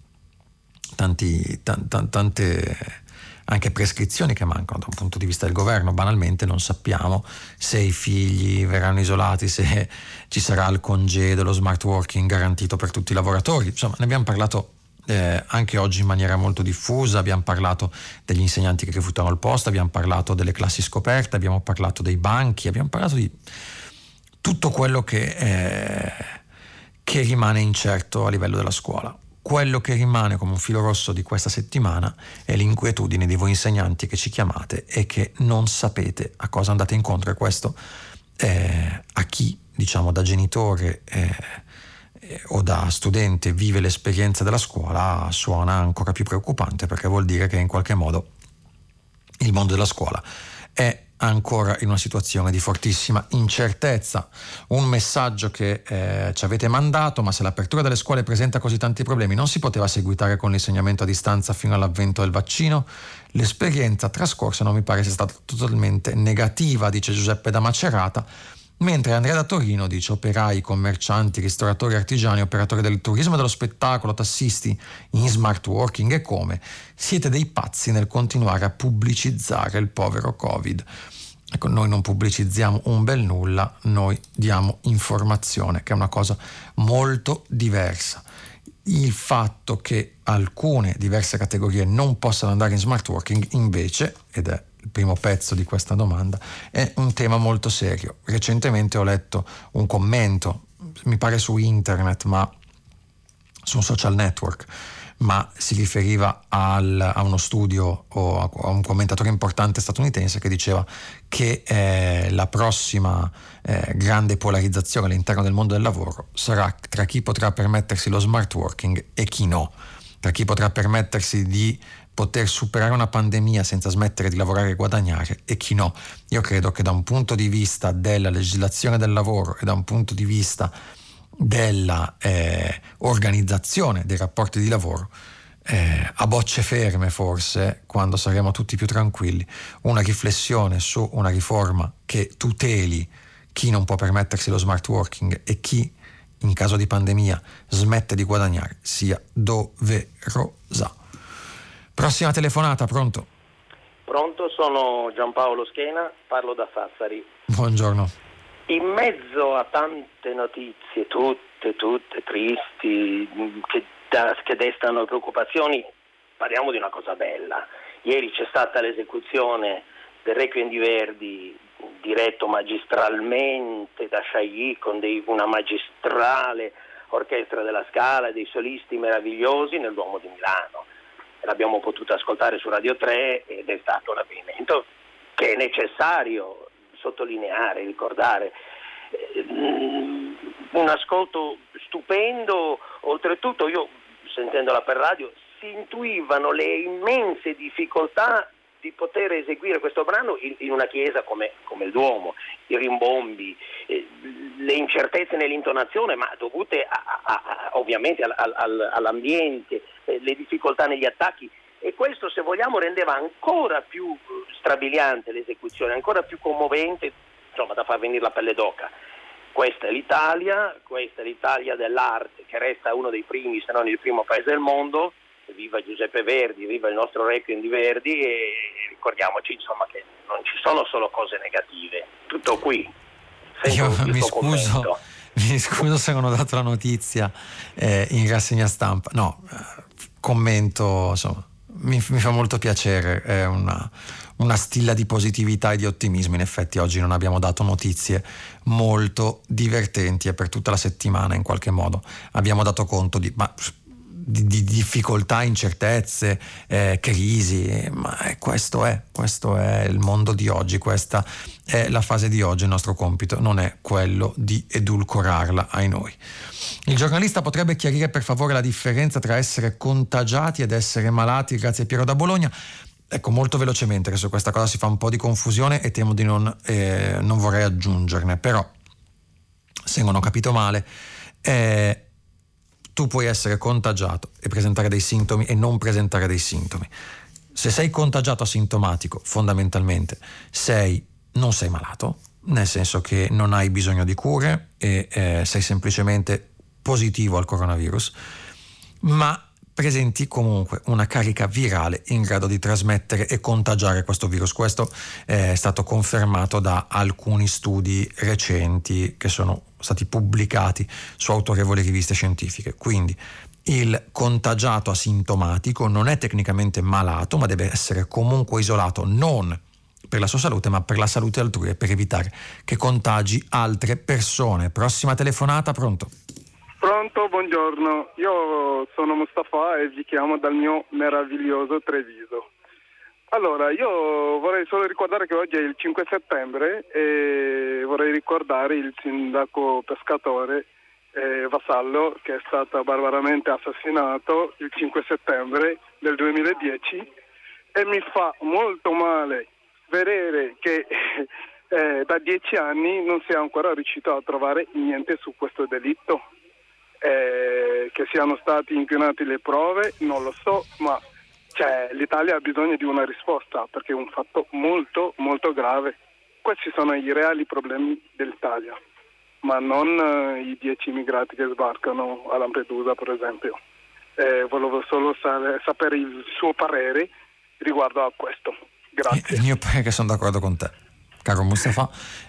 tanti, t- t- tante anche prescrizioni che mancano da un punto di vista del governo. Banalmente non sappiamo se i figli verranno isolati, se ci sarà il congedo, lo smart working garantito per tutti i lavoratori. Insomma, ne abbiamo parlato eh, anche oggi in maniera molto diffusa. Abbiamo parlato degli insegnanti che rifiutano il posto, abbiamo parlato delle classi scoperte, abbiamo parlato dei banchi, abbiamo parlato di tutto quello che, eh, che rimane incerto a livello della scuola. Quello che rimane come un filo rosso di questa settimana è l'inquietudine di voi insegnanti che ci chiamate e che non sapete a cosa andate incontro, e questo eh, a chi, diciamo, da genitore eh, eh, o da studente vive l'esperienza della scuola suona ancora più preoccupante, perché vuol dire che in qualche modo il mondo della scuola è ancora in una situazione di fortissima incertezza. Un messaggio che eh, ci avete mandato: ma se l'apertura delle scuole presenta così tanti problemi, non si poteva seguitare con l'insegnamento a distanza fino all'avvento del vaccino? L'esperienza trascorsa non mi pare sia stata totalmente negativa, dice Giuseppe da Macerata, mentre Andrea da Torino dice: operai, commercianti, ristoratori, artigiani, operatori del turismo e dello spettacolo, tassisti in smart working, e come? Siete dei pazzi nel continuare a pubblicizzare il povero Covid. Ecco, noi non pubblicizziamo un bel nulla, noi diamo informazione, che è una cosa molto diversa. Il fatto che alcune diverse categorie non possano andare in smart working invece, ed è il primo pezzo di questa domanda, è un tema molto serio. Recentemente ho letto un commento, mi pare su internet, ma su un social network, ma si riferiva al, a uno studio o a, a un commentatore importante statunitense che diceva che eh, la prossima eh, grande polarizzazione all'interno del mondo del lavoro sarà tra chi potrà permettersi lo smart working e chi no, tra chi potrà permettersi di poter superare una pandemia senza smettere di lavorare e guadagnare e chi no. Io credo che da un punto di vista della legislazione del lavoro e da un punto di vista della eh, organizzazione dei rapporti di lavoro, eh, a bocce ferme forse, quando saremo tutti più tranquilli, una riflessione su una riforma che tuteli chi non può permettersi lo smart working e chi in caso di pandemia smette di guadagnare sia doverosa. Prossima telefonata, pronto? Pronto, sono Giampaolo Schena, parlo da Sassari. Buongiorno. In mezzo a tante notizie, tutte, tutte tristi, che, che destano preoccupazioni, parliamo di una cosa bella. Ieri c'è stata l'esecuzione del Requiem di Verdi, diretto magistralmente da Chailly, con dei, una magistrale orchestra della Scala e dei solisti meravigliosi nel Duomo di Milano. L'abbiamo potuta ascoltare su Radio tre ed è stato un avvenimento che è necessario sottolineare, ricordare. Un ascolto stupendo, oltretutto io sentendola per radio si intuivano le immense difficoltà di poter eseguire questo brano in, in una chiesa come, come il Duomo, i rimbombi, eh, le incertezze nell'intonazione, ma dovute a, a, a, ovviamente al, al, all'ambiente, eh, le difficoltà negli attacchi, e questo, se vogliamo, rendeva ancora più strabiliante l'esecuzione, ancora più commovente, insomma, da far venire la pelle d'oca. Questa è l'Italia, questa è l'Italia dell'arte, che resta uno dei primi, se non il primo paese del mondo. Viva Giuseppe Verdi, viva il nostro Requiem di Verdi, e ricordiamoci, insomma, che non ci sono solo cose negative. Tutto qui. Io mi scuso, mi scuso se non ho dato la notizia eh, in rassegna stampa. No, eh, commento, insomma, mi, mi fa molto piacere, è una, una stilla di positività e di ottimismo. In effetti oggi non abbiamo dato notizie molto divertenti e per tutta la settimana in qualche modo abbiamo dato conto di... Ma, Di, di difficoltà, incertezze, eh, crisi, ma eh, questo è questo è il mondo di oggi, questa è la fase di oggi. Il nostro compito non è quello di edulcorarla ai noi. Il giornalista potrebbe chiarire per favore la differenza tra essere contagiati ed essere malati? Grazie Piero da Bologna. Ecco, molto velocemente, che su questa cosa si fa un po' di confusione e temo di non, eh, non vorrei aggiungerne, però se non ho capito male, eh, tu puoi essere contagiato e presentare dei sintomi e non presentare dei sintomi. Se sei contagiato asintomatico, fondamentalmente sei, non sei malato, nel senso che non hai bisogno di cure e eh, sei semplicemente positivo al coronavirus, ma presenti comunque una carica virale in grado di trasmettere e contagiare questo virus. Questo è stato confermato da alcuni studi recenti che sono stati pubblicati su autorevoli riviste scientifiche. Quindi Il contagiato asintomatico non è tecnicamente malato, ma deve essere comunque isolato, non per la sua salute ma per la salute altrui e per evitare che contagi altre persone. Prossima telefonata, pronto? Pronto, buongiorno, io sono Mustafa e vi chiamo dal mio meraviglioso Treviso. Allora, io vorrei solo ricordare che oggi è il cinque settembre e vorrei ricordare il sindaco pescatore eh, Vassallo, che è stato barbaramente assassinato il cinque settembre del duemiladieci, e mi fa molto male vedere che eh, da dieci anni non si è ancora riuscito a trovare niente su questo delitto. Eh, che siano state inquinate le prove non lo so, ma cioè, l'Italia ha bisogno di una risposta, perché è un fatto molto molto grave. Questi sono i reali problemi dell'Italia, ma non eh, i dieci immigrati che sbarcano a Lampedusa, per esempio. Eh, volevo solo sa- sapere il suo parere riguardo a questo. Grazie. Il mio parere è che sono d'accordo con te, caro Mustafa,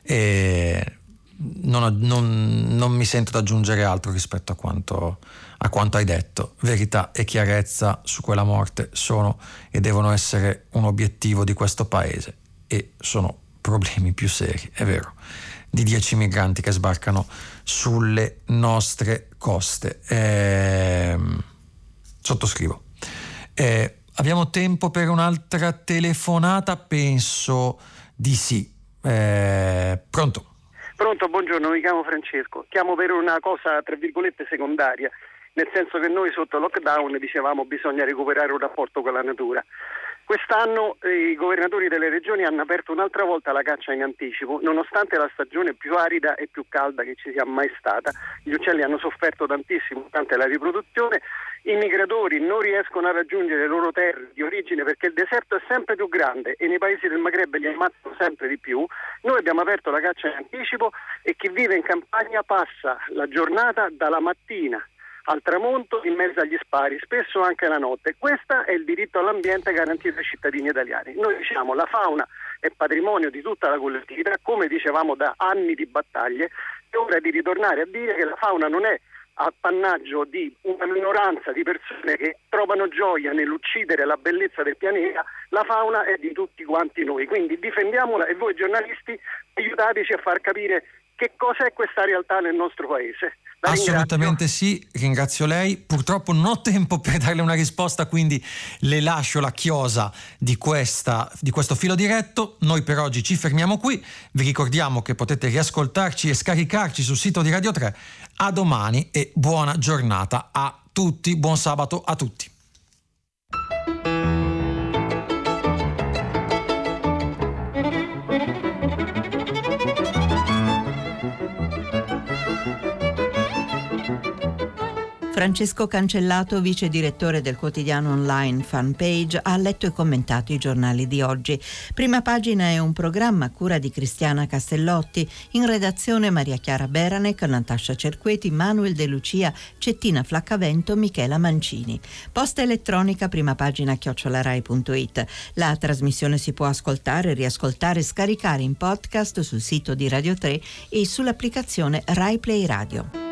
e Non, ho, non, non mi sento da aggiungere altro rispetto a quanto, a quanto hai detto. Verità e chiarezza su quella morte sono e devono essere un obiettivo di questo paese, e sono problemi più seri, è vero, di dieci migranti che sbarcano sulle nostre coste. Eh, sottoscrivo. Eh, abbiamo tempo per un'altra telefonata? Penso di sì. Eh, pronto? Pronto, buongiorno, mi chiamo Francesco. Chiamo per una cosa tra virgolette secondaria, nel senso che noi sotto lockdown dicevamo bisogna recuperare un rapporto con la natura. Quest'anno eh, i governatori delle regioni hanno aperto un'altra volta la caccia in anticipo, nonostante la stagione più arida e più calda che ci sia mai stata. Gli uccelli hanno sofferto tantissimo durante la riproduzione, i migratori non riescono a raggiungere le loro terre di origine perché il deserto è sempre più grande e nei paesi del Maghreb li ammazzano sempre di più. Noi abbiamo aperto la caccia in anticipo e chi vive in campagna passa la giornata dalla mattina al tramonto in mezzo agli spari, spesso anche la notte. Questo è il diritto all'ambiente garantito ai cittadini italiani. Noi diciamo la fauna è patrimonio di tutta la collettività, come dicevamo da anni di battaglie, è ora di ritornare a dire che la fauna non è appannaggio di una minoranza di persone che trovano gioia nell'uccidere la bellezza del pianeta. La fauna è di tutti quanti noi, quindi difendiamola e voi giornalisti aiutateci a far capire che cosa è questa realtà nel nostro paese. La Assolutamente ringrazio. Sì, ringrazio lei. Purtroppo non ho tempo per darle una risposta, quindi le lascio la chiosa di, questa, di questo filo diretto. Noi per oggi ci fermiamo qui. Vi ricordiamo che potete riascoltarci e scaricarci sul sito di Radio tre. A domani e buona giornata a tutti. Buon sabato a tutti. Francesco Cancellato, vice direttore del quotidiano online Fanpage, ha letto e commentato i giornali di oggi. Prima Pagina è un programma a cura di Cristiana Castellotti, in redazione Maria Chiara Beranec, Natascia Cerqueti, Manuel De Lucia, Cettina Flaccavento, Michela Mancini. Posta elettronica primapagina chiocciola rai punto it. La trasmissione si può ascoltare, riascoltare e scaricare in podcast sul sito di Radio tre e sull'applicazione Rai Play Radio.